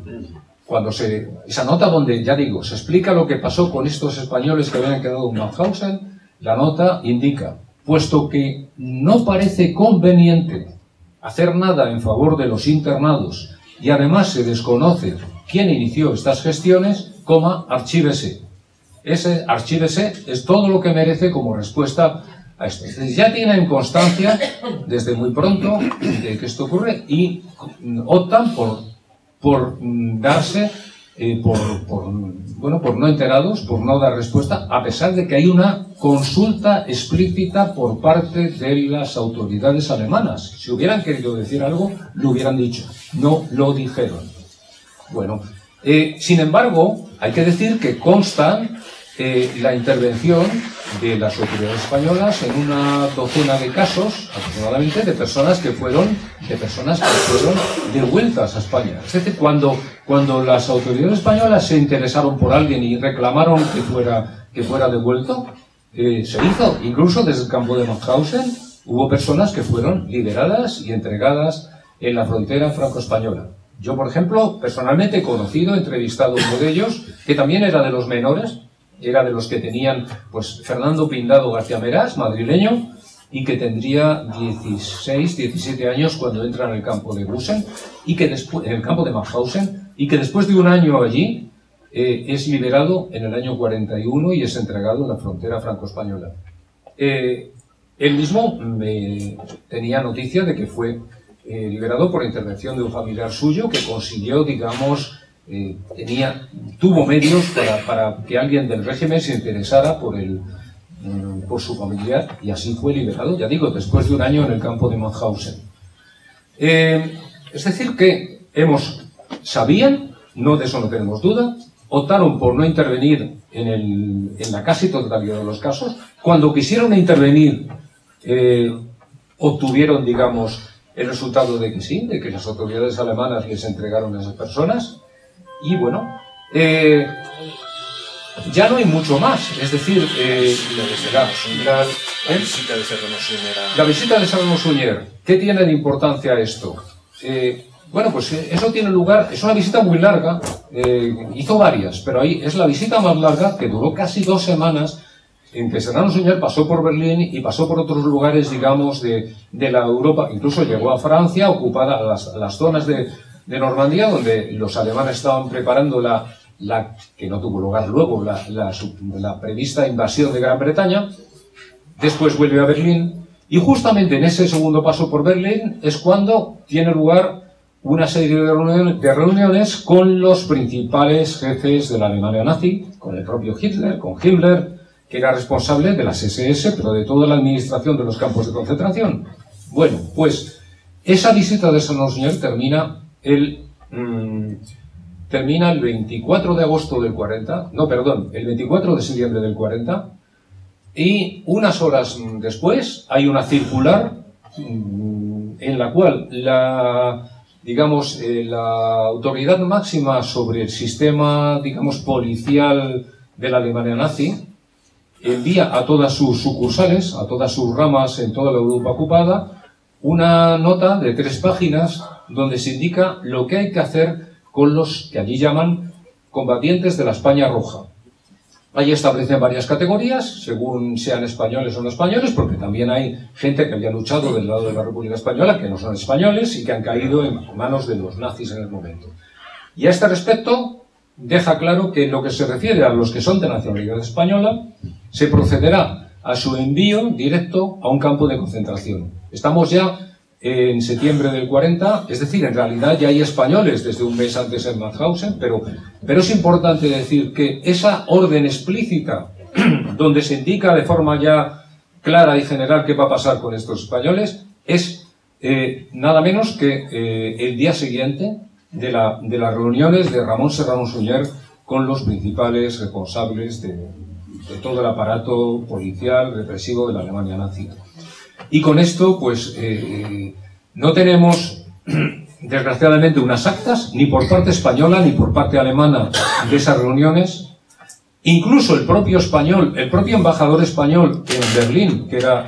esa nota donde, ya digo, se explica lo que pasó con estos españoles que habían quedado en Mauthausen, la nota indica, puesto que no parece conveniente hacer nada en favor de los internados y además se desconoce quién inició estas gestiones, archívese. Ese archívese es todo lo que merece como respuesta a esto. Entonces, ya tienen constancia desde muy pronto de que esto ocurre y optan por darse, por no enterados, por no dar respuesta, a pesar de que hay una consulta explícita por parte de las autoridades alemanas. Si hubieran querido decir algo, lo hubieran dicho. No lo dijeron. Bueno, sin embargo, hay que decir que consta la intervención de las autoridades españolas en una docena de casos, aproximadamente, de personas que fueron devueltas a España. Es decir, cuando las autoridades españolas se interesaron por alguien y reclamaron que fuera devuelto, se hizo. Incluso desde el campo de Mauthausen hubo personas que fueron liberadas y entregadas en la frontera franco-española. Yo, por ejemplo, personalmente he conocido, entrevistado a uno de ellos, que también era de los menores, era de los que tenían, pues, Fernando Pindado García Meras, madrileño, y que tendría 16, 17 años cuando entra en el campo de Busen, y que después, en el campo de Mauthausen, y que después de un año allí, es liberado en el año 41 y es entregado en la frontera franco-española. Él mismo tenía noticia de que fue liberado por intervención de un familiar suyo que consiguió, digamos, tuvo medios para que alguien del régimen se interesara por su familiar y así fue liberado, ya digo, después de un año en el campo de Mauthausen. Es decir que sabían, no de eso no tenemos duda, optaron por no intervenir en la casi totalidad de los casos. Cuando quisieron intervenir, obtuvieron, digamos, el resultado de que sí, de que las autoridades alemanas les entregaron a esas personas. Y bueno, ya no hay mucho más. Es decir, la visita de Serrano Suñer, ¿qué tiene de importancia esto? Bueno, pues eso tiene lugar, es una visita muy larga, hizo varias, pero ahí es la visita más larga, que duró casi 2 semanas, en que Serrano Suñer pasó por Berlín y pasó por otros lugares, digamos, de la Europa, incluso llegó a Francia, ocupada las zonas de Normandía, donde los alemanes estaban preparando que no tuvo lugar luego, la prevista invasión de Gran Bretaña. Después vuelve a Berlín, y justamente en ese segundo paso por Berlín es cuando tiene lugar una serie de reuniones con los principales jefes de la Alemania nazi, con el propio Hitler, con Himmler, que era responsable de las SS, pero de toda la administración de los campos de concentración. Bueno, pues esa visita de Serrano Suñer termina el 24 de agosto del 40, no, perdón, el 24 de septiembre del 40, y unas horas después hay una circular en la cual la autoridad máxima sobre el sistema, digamos, policial de la Alemania nazi envía a todas sus sucursales, a todas sus ramas en toda la Europa ocupada, una nota de 3 páginas donde se indica lo que hay que hacer con los que allí llaman combatientes de la España Roja. Allí establecen varias categorías, según sean españoles o no españoles, porque también hay gente que había luchado del lado de la República Española, que no son españoles y que han caído en manos de los nazis en el momento. Y a este respecto, deja claro que en lo que se refiere a los que son de nacionalidad española, se procederá a su envío directo a un campo de concentración. Estamos ya en septiembre del 40, es decir, en realidad ya hay españoles desde un mes antes en Mauthausen, pero es importante decir que esa orden explícita, donde se indica de forma ya clara y general qué va a pasar con estos españoles, es nada menos que el día siguiente de las reuniones de Ramón Serrano Suñer con los principales responsables de todo el aparato policial represivo de la Alemania nazi. Y con esto, pues, no tenemos, desgraciadamente, unas actas, ni por parte española ni por parte alemana de esas reuniones. Incluso el propio embajador español en Berlín, que era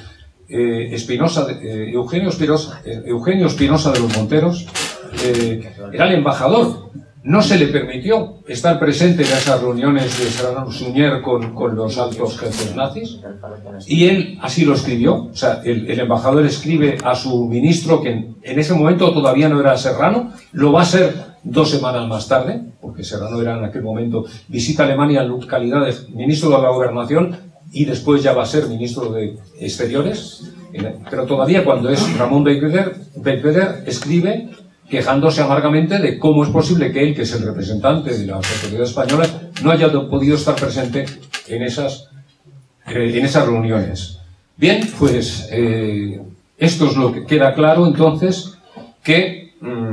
Eugenio Espinosa de los Monteros, era el embajador. No se le permitió estar presente en esas reuniones de Serrano Suñer con los altos jefes nazis, y él así lo escribió. O sea, el embajador escribe a su ministro, que en ese momento todavía no era Serrano, lo va a ser 2 semanas más tarde, porque Serrano era en aquel momento, visita Alemania en calidad de ministro de la Gobernación y después ya va a ser ministro de Exteriores, pero todavía cuando es Ramón Belvedere escribe quejándose amargamente de cómo es posible que él, que es el representante de las autoridades españolas, no haya podido estar presente en esas reuniones. Bien, pues esto es lo que queda claro entonces, que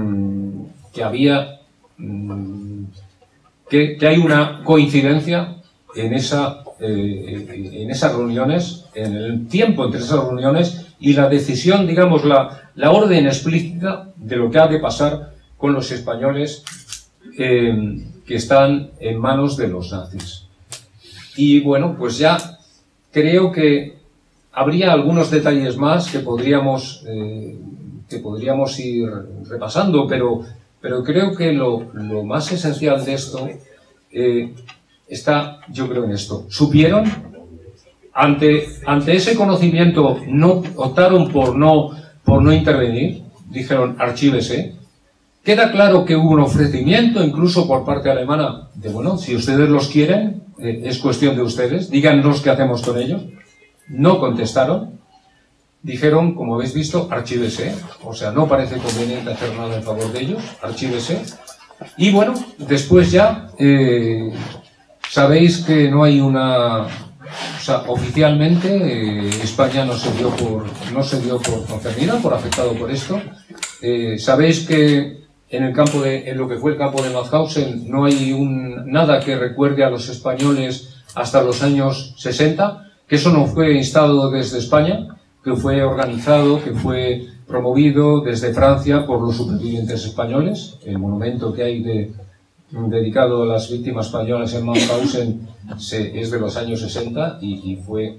hay una coincidencia en esas reuniones, en el tiempo entre esas reuniones y la decisión, digamos, la orden explícita de lo que ha de pasar con los españoles que están en manos de los nazis. Y bueno, pues ya creo que habría algunos detalles más que podríamos ir repasando, pero creo que lo más esencial de esto está, yo creo, en esto. Supieron, ante ese conocimiento, optaron por no intervenir, dijeron archívese. Queda claro que hubo un ofrecimiento, incluso por parte alemana, de bueno, si ustedes los quieren, es cuestión de ustedes, díganos qué hacemos con ellos. No contestaron, dijeron, como habéis visto, archívese, o sea, no parece conveniente hacer nada en favor de ellos, archívese. Y bueno, después ya, sabéis que no hay una... O sea, oficialmente España no se dio por concernida, por afectado por esto. Sabéis que en lo que fue el campo de Mauthausen no hay nada que recuerde a los españoles hasta los años 60, que eso no fue instado desde España, que fue organizado, que fue promovido desde Francia por los supervivientes españoles. El monumento que hay dedicado a las víctimas españolas en Mauthausen es de los años 60 y fue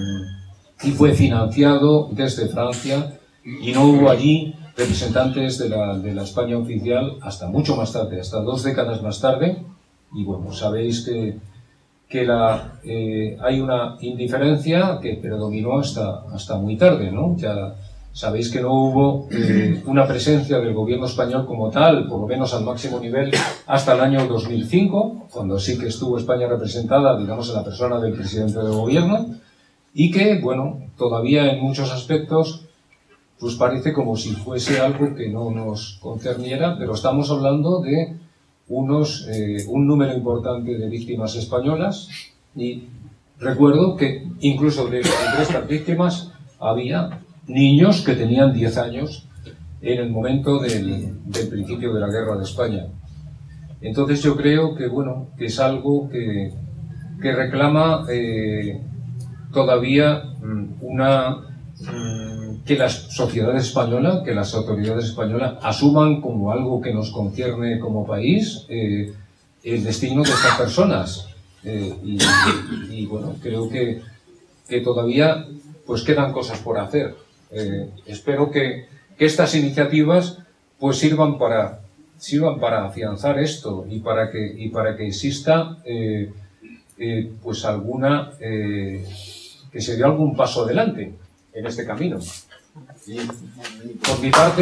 financiado desde Francia, y no hubo allí representantes de la España oficial hasta mucho más tarde, hasta 2 décadas más tarde. Y bueno, sabéis que hay una indiferencia que predominó hasta muy tarde, ¿no? Ya sabéis que no hubo una presencia del gobierno español como tal, por lo menos al máximo nivel, hasta el año 2005, cuando sí que estuvo España representada, digamos, en la persona del presidente del gobierno, y que, bueno, todavía en muchos aspectos, pues parece como si fuese algo que no nos concerniera, pero estamos hablando de un número importante de víctimas españolas, y recuerdo que incluso entre estas víctimas había niños que tenían 10 años en el momento del principio de la guerra de España. Entonces yo creo que, bueno, que es algo que reclama todavía que la sociedad española, que las autoridades españolas asuman como algo que nos concierne como país el destino de estas personas. Y bueno, creo que todavía pues quedan cosas por hacer. Espero que estas iniciativas pues sirvan para afianzar esto y para que exista pues que se dé algún paso adelante en este camino. Y por mi parte,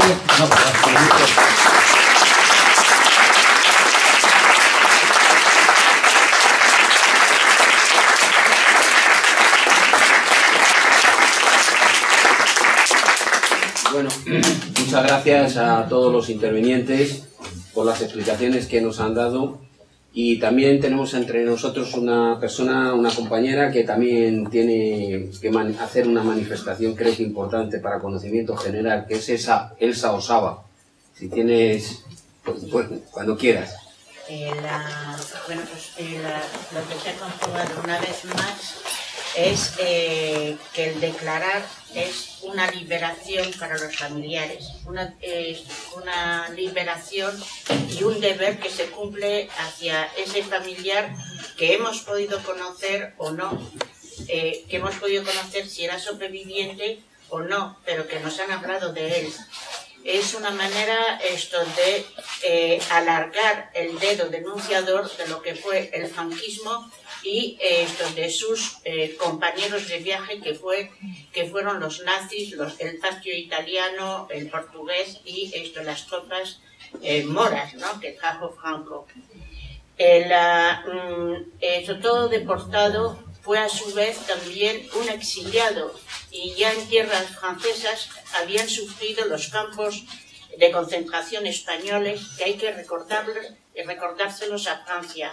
Bueno, muchas gracias a todos los intervinientes por las explicaciones que nos han dado, y también tenemos entre nosotros una persona, una compañera que también tiene que hacer una manifestación, creo que importante para conocimiento general, que es Elsa Osaba. Si tienes, pues, cuando quieras. Bueno, pues lo que se ha comprobado una vez más es que el declarar es una liberación para los familiares, una liberación y un deber que se cumple hacia ese familiar que hemos podido conocer o no, que hemos podido conocer si era sobreviviente o no, pero que nos han hablado de él. Es una manera de alargar el dedo denunciador de lo que fue el franquismo y de sus compañeros de viaje que fueron los nazis, el patio italiano, el portugués y las tropas moras, ¿no?, que trajo Franco. Todo deportado fue a su vez también un exiliado, y ya en tierras francesas habían sufrido los campos de concentración españoles, que hay que recordárselos a Francia.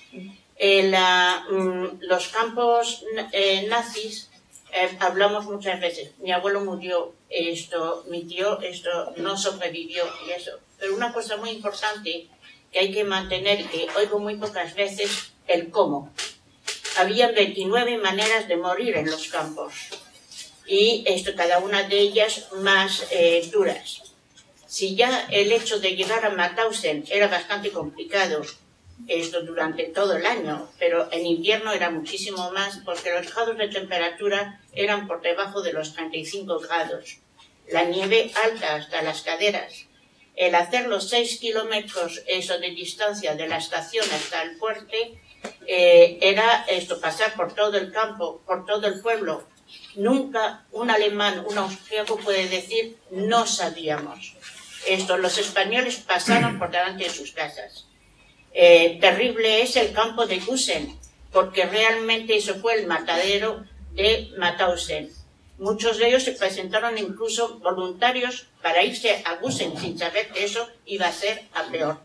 Los campos nazis, hablamos muchas veces, mi abuelo murió, mi tío no sobrevivió y eso, pero una cosa muy importante que hay que mantener y que oigo muy pocas veces, el cómo. Había 29 maneras de morir en los campos, y cada una de ellas más duras. Si ya el hecho de llegar a Mauthausen era bastante complicado, durante todo el año, pero en invierno era muchísimo más, porque los grados de temperatura eran por debajo de los 35 grados. La nieve alta hasta las caderas. El hacer los 6 kilómetros de distancia de la estación hasta el fuerte era pasar por todo el campo, por todo el pueblo. Nunca un alemán, un austríaco puede decir no sabíamos. Los españoles pasaron por delante de sus casas. Terrible es el campo de Gusen, porque realmente eso fue el matadero de Mauthausen. Muchos de ellos se presentaron incluso voluntarios para irse a Gusen sin saber que eso iba a ser a peor.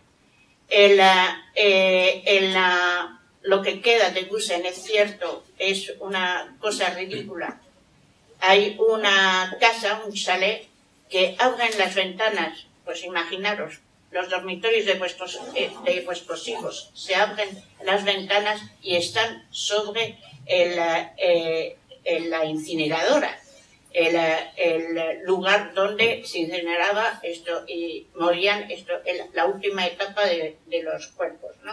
Lo que queda de Gusen, es cierto, es una cosa ridícula. Hay una casa, un chalet, que abren las ventanas, pues imaginaros, los dormitorios de vuestros hijos, se abren las ventanas y están sobre la incineradora, el lugar donde se incineraba y morían la última etapa de los cuerpos, ¿no?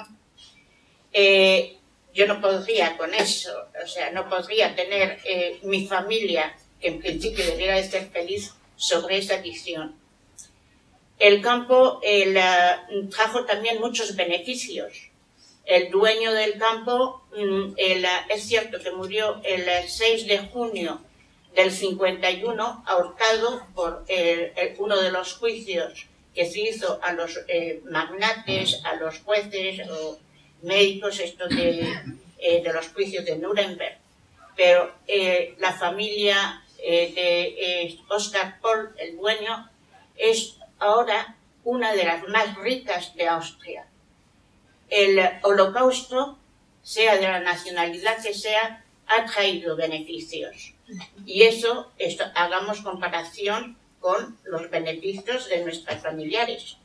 Yo no podría con eso, o sea, no podría tener mi familia, que en principio debería de ser feliz, sobre esa adicción. El campo trajo también muchos beneficios. El dueño del campo, es cierto que murió el 6 de junio del 51, ahorcado por uno de los juicios que se hizo a los magnates, a los jueces o médicos de los juicios de Nuremberg. Pero la familia de Oskar Pohl, el dueño, es ahora una de las más ricas de Austria. El holocausto, sea de la nacionalidad que sea, ha traído beneficios. Y hagamos comparación con los beneficios de nuestros familiares.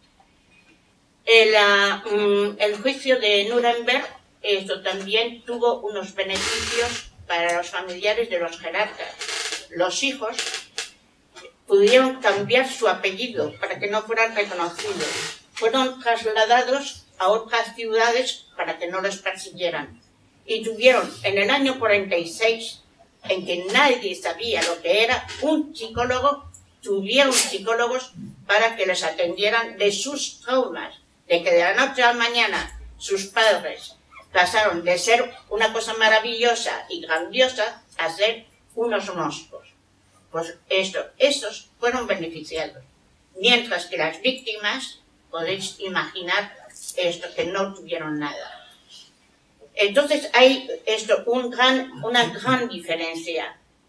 El juicio de Nuremberg también tuvo unos beneficios para los familiares de los jerarcas. Los hijos pudieron cambiar su apellido para que no fueran reconocidos. Fueron trasladados a otras ciudades para que no los persiguieran. Y tuvieron, en el año 46, en que nadie sabía lo que era, tuvieron psicólogos para que les atendieran de sus traumas, de que de la noche a la mañana sus padres pasaron de ser una cosa maravillosa y grandiosa a ser unos monstruos. Pues estos fueron beneficiados. Mientras que las víctimas, podéis imaginar que no tuvieron nada. Entonces hay una gran diferencia.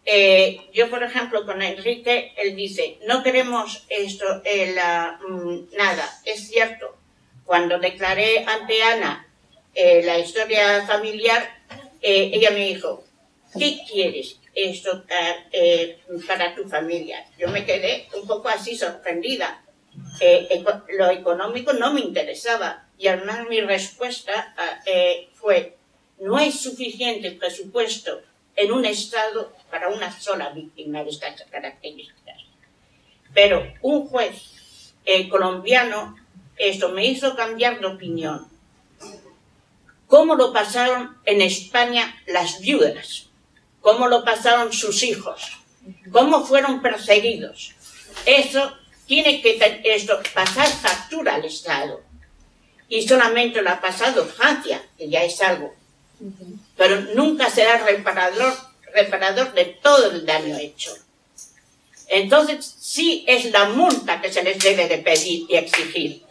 Yo, por ejemplo, con Enrique, él dice, no queremos esto, nada. Es cierto, cuando declaré ante Ana la historia familiar, ella me dijo, ¿qué quieres esto para tu familia? Yo me quedé un poco así sorprendida. Lo económico no me interesaba y además mi respuesta fue, no hay suficiente presupuesto en un Estado para una sola víctima de estas características. Pero un juez colombiano me hizo cambiar de opinión. ¿Cómo lo pasaron en España las viudas? ¿Cómo lo pasaron sus hijos? ¿Cómo fueron perseguidos? Eso tiene que pasar factura al Estado. Y solamente lo ha pasado Francia, que ya es algo. Pero nunca será reparador de todo el daño hecho. Entonces, sí es la multa que se les debe de pedir y exigir.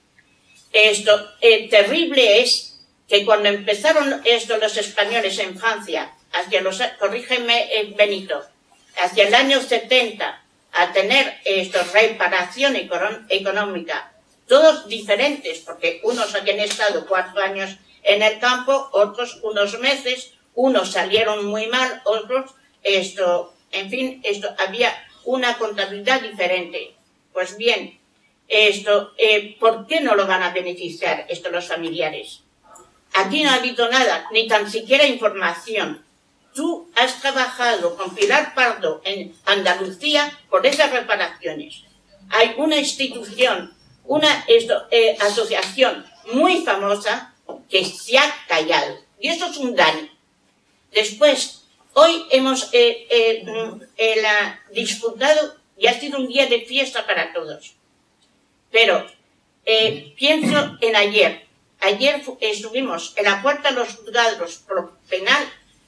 Terrible es que cuando empezaron los españoles en Francia, corrígeme Benito, hacia el año 70, a tener reparación económica, todos diferentes, porque unos habían estado 4 años en el campo, otros unos meses, unos salieron muy mal, otros, en fin, había una contabilidad diferente. Pues bien, ¿por qué no lo van a beneficiar los familiares? Aquí no ha habido nada, ni tan siquiera información. Tú has trabajado con Pilar Pardo en Andalucía por esas reparaciones. Hay una institución, una asociación muy famosa que se ha callado. Y eso es un daño. Después, hoy hemos disfrutado y ha sido un día de fiesta para todos. Pero pienso en ayer. Ayer estuvimos en la puerta de los juzgados por penal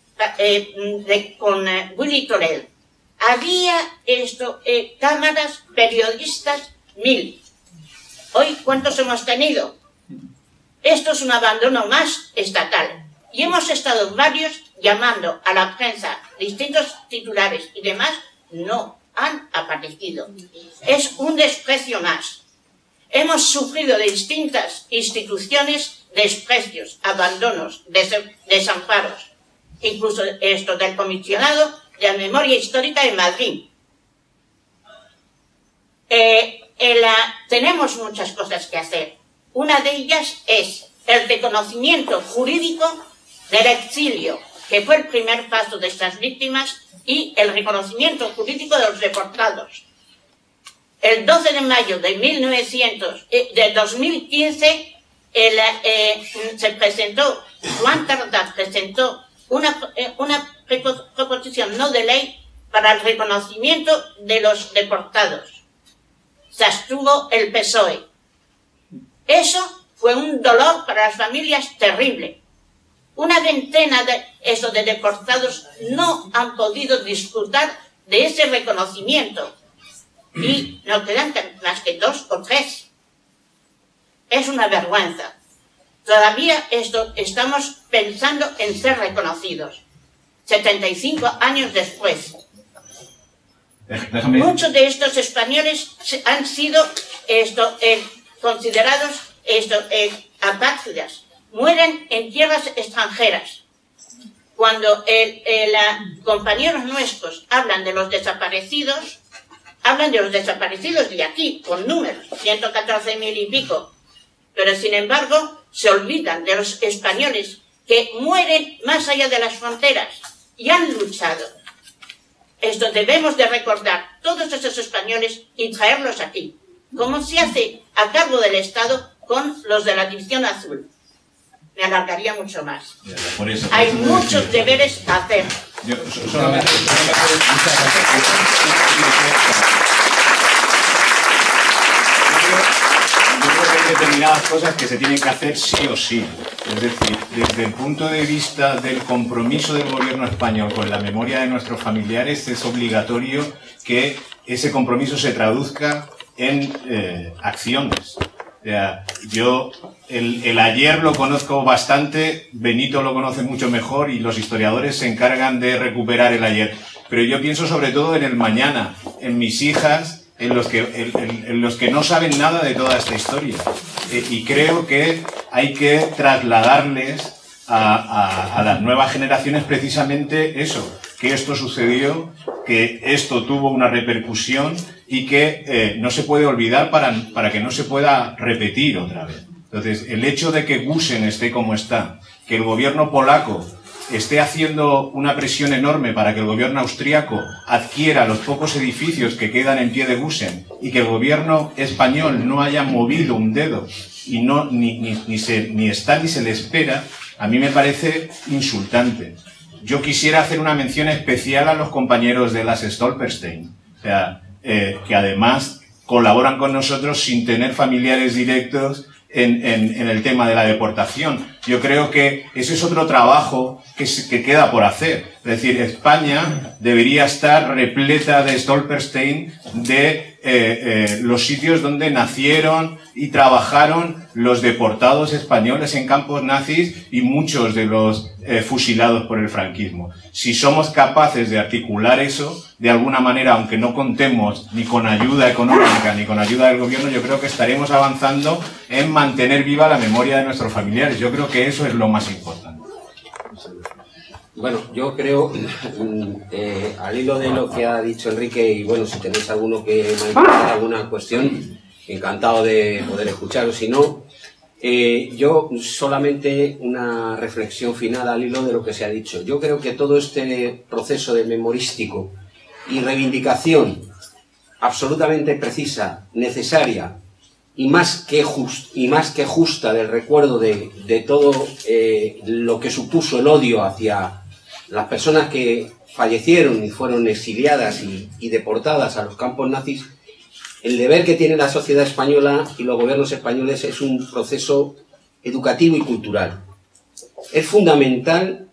con Willy Torel. Había cámaras, periodistas, 1000. Hoy, ¿cuántos hemos tenido? Esto es un abandono más estatal. Y hemos estado varios llamando a la prensa, distintos titulares y demás, no han aparecido. Es un desprecio más. Hemos sufrido de distintas instituciones desprecios, abandonos, desamparos. Incluso del Comisionado de la Memoria Histórica de Madrid. Tenemos muchas cosas que hacer. Una de ellas es el reconocimiento jurídico del exilio, que fue el primer paso de estas víctimas, y el reconocimiento jurídico de los deportados. El 12 de mayo de 2015 se presentó, Juan Tardá presentó una proposición no de ley para el reconocimiento de los deportados. Se abstuvo el PSOE. Eso fue un dolor para las familias terrible. Una veintena de deportados no han podido disfrutar de ese reconocimiento. Y no quedan más que 2 o 3. Es una vergüenza. Todavía estamos pensando en ser reconocidos. 75 años después. Muchos de estos españoles han sido considerados apátridas. Mueren en tierras extranjeras. Cuando compañeros nuestros hablan de los desaparecidos de aquí, con números, 114.000 y pico. Pero sin embargo, se olvidan de los españoles que mueren más allá de las fronteras y han luchado. Esto debemos de recordar todos esos españoles y traerlos aquí, como se hace a cargo del Estado con los de la División Azul. Me alargaría mucho más. Hay muchos deberes a hacer. Yo solamente hay determinadas cosas que se tienen que hacer sí o sí. Es decir, desde el punto de vista del compromiso del gobierno español con la memoria de nuestros familiares, es obligatorio que ese compromiso se traduzca en acciones. O sea, yo el ayer lo conozco bastante, Benito lo conoce mucho mejor y los historiadores se encargan de recuperar el ayer. pero yo pienso sobre todo en el mañana, en mis hijas, en los que no saben nada de toda esta historia. Y creo que hay que trasladarles a las nuevas generaciones precisamente eso, que esto sucedió, que esto tuvo una repercusión y que no se puede olvidar para que no se pueda repetir otra vez. Entonces, el hecho de que Gusen esté como está, que el gobierno polaco esté haciendo una presión enorme para que el gobierno austriaco adquiera los pocos edificios que quedan en pie de Gusen y que el gobierno español no haya movido un dedo y ni está ni se le espera, a mí me parece insultante. Yo quisiera hacer una mención especial a los compañeros de las Stolperstein, o sea, que además colaboran con nosotros sin tener familiares directos en el tema de la deportación. Yo creo que ese es otro trabajo que queda por hacer. Es decir, España debería estar repleta de Stolperstein, de los sitios donde nacieron y trabajaron los deportados españoles en campos nazis y muchos de los fusilados por el franquismo. Si somos capaces de articular eso, de alguna manera, aunque no contemos ni con ayuda económica ni con ayuda del gobierno, yo creo que estaremos avanzando en mantener viva la memoria de nuestros familiares. Yo creo que eso es lo más importante. Bueno, yo creo, al hilo de lo que ha dicho Enrique, y bueno, si tenéis alguno que manifestar alguna cuestión, encantado de poder escucharos. Si no, yo solamente una reflexión final al hilo de lo que se ha dicho. Yo creo que todo este proceso de memorístico y reivindicación absolutamente precisa, necesaria y más que justa del recuerdo de todo lo que supuso el odio hacia las personas que fallecieron y fueron exiliadas y deportadas a los campos nazis, el deber que tiene la sociedad española y los gobiernos españoles es un proceso educativo y cultural. Es fundamental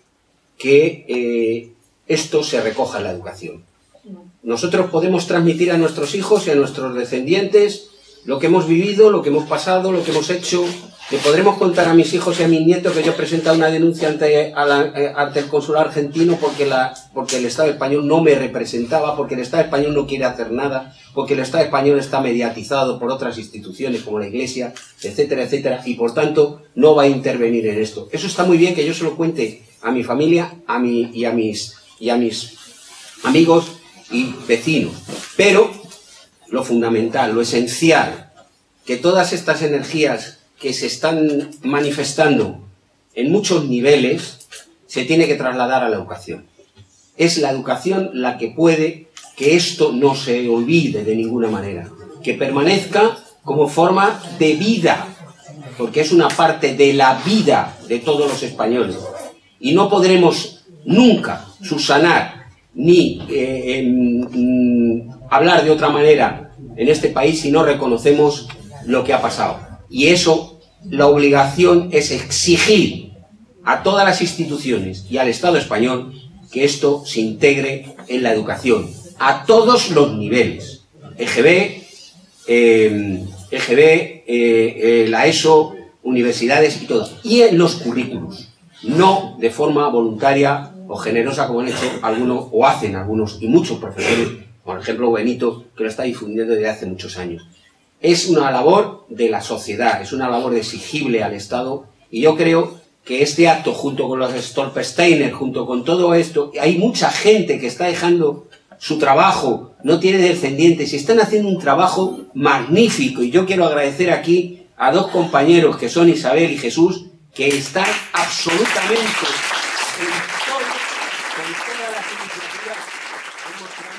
que esto se recoja en la educación. Nosotros podemos transmitir a nuestros hijos y a nuestros descendientes lo que hemos vivido, lo que hemos pasado, lo que hemos hecho. Le podremos contar a mis hijos y a mis nietos que yo he presentado una denuncia ante el consulado argentino porque el Estado español no me representaba, porque el Estado español no quiere hacer nada, porque el Estado español está mediatizado por otras instituciones como la Iglesia, etcétera, etcétera, y por tanto no va a intervenir en esto. Eso está muy bien que yo se lo cuente a mi familia y a mis amigos y vecinos, pero lo fundamental, lo esencial, que todas estas energías que se están manifestando en muchos niveles se tiene que trasladar a la educación. Es la educación la que puede que esto no se olvide de ninguna manera, que permanezca como forma de vida, porque es una parte de la vida de todos los españoles. Y no podremos nunca subsanar ni hablar de otra manera en este país si no reconocemos lo que ha pasado. Y eso, la obligación es exigir a todas las instituciones y al Estado español que esto se integre en la educación, a todos los niveles, EGB, la ESO, universidades y todo, y en los currículos, no de forma voluntaria o generosa como han hecho algunos, o hacen algunos, y muchos profesores, por ejemplo Benito, que lo está difundiendo desde hace muchos años. Es una labor de la sociedad, es una labor exigible al Estado, y yo creo que este acto, junto con los Stolpersteiner, junto con todo esto, hay mucha gente que está dejando su trabajo, no tiene descendientes, y están haciendo un trabajo magnífico, y yo quiero agradecer aquí a dos compañeros que son Isabel y Jesús, que están absolutamente con todas las iniciativas.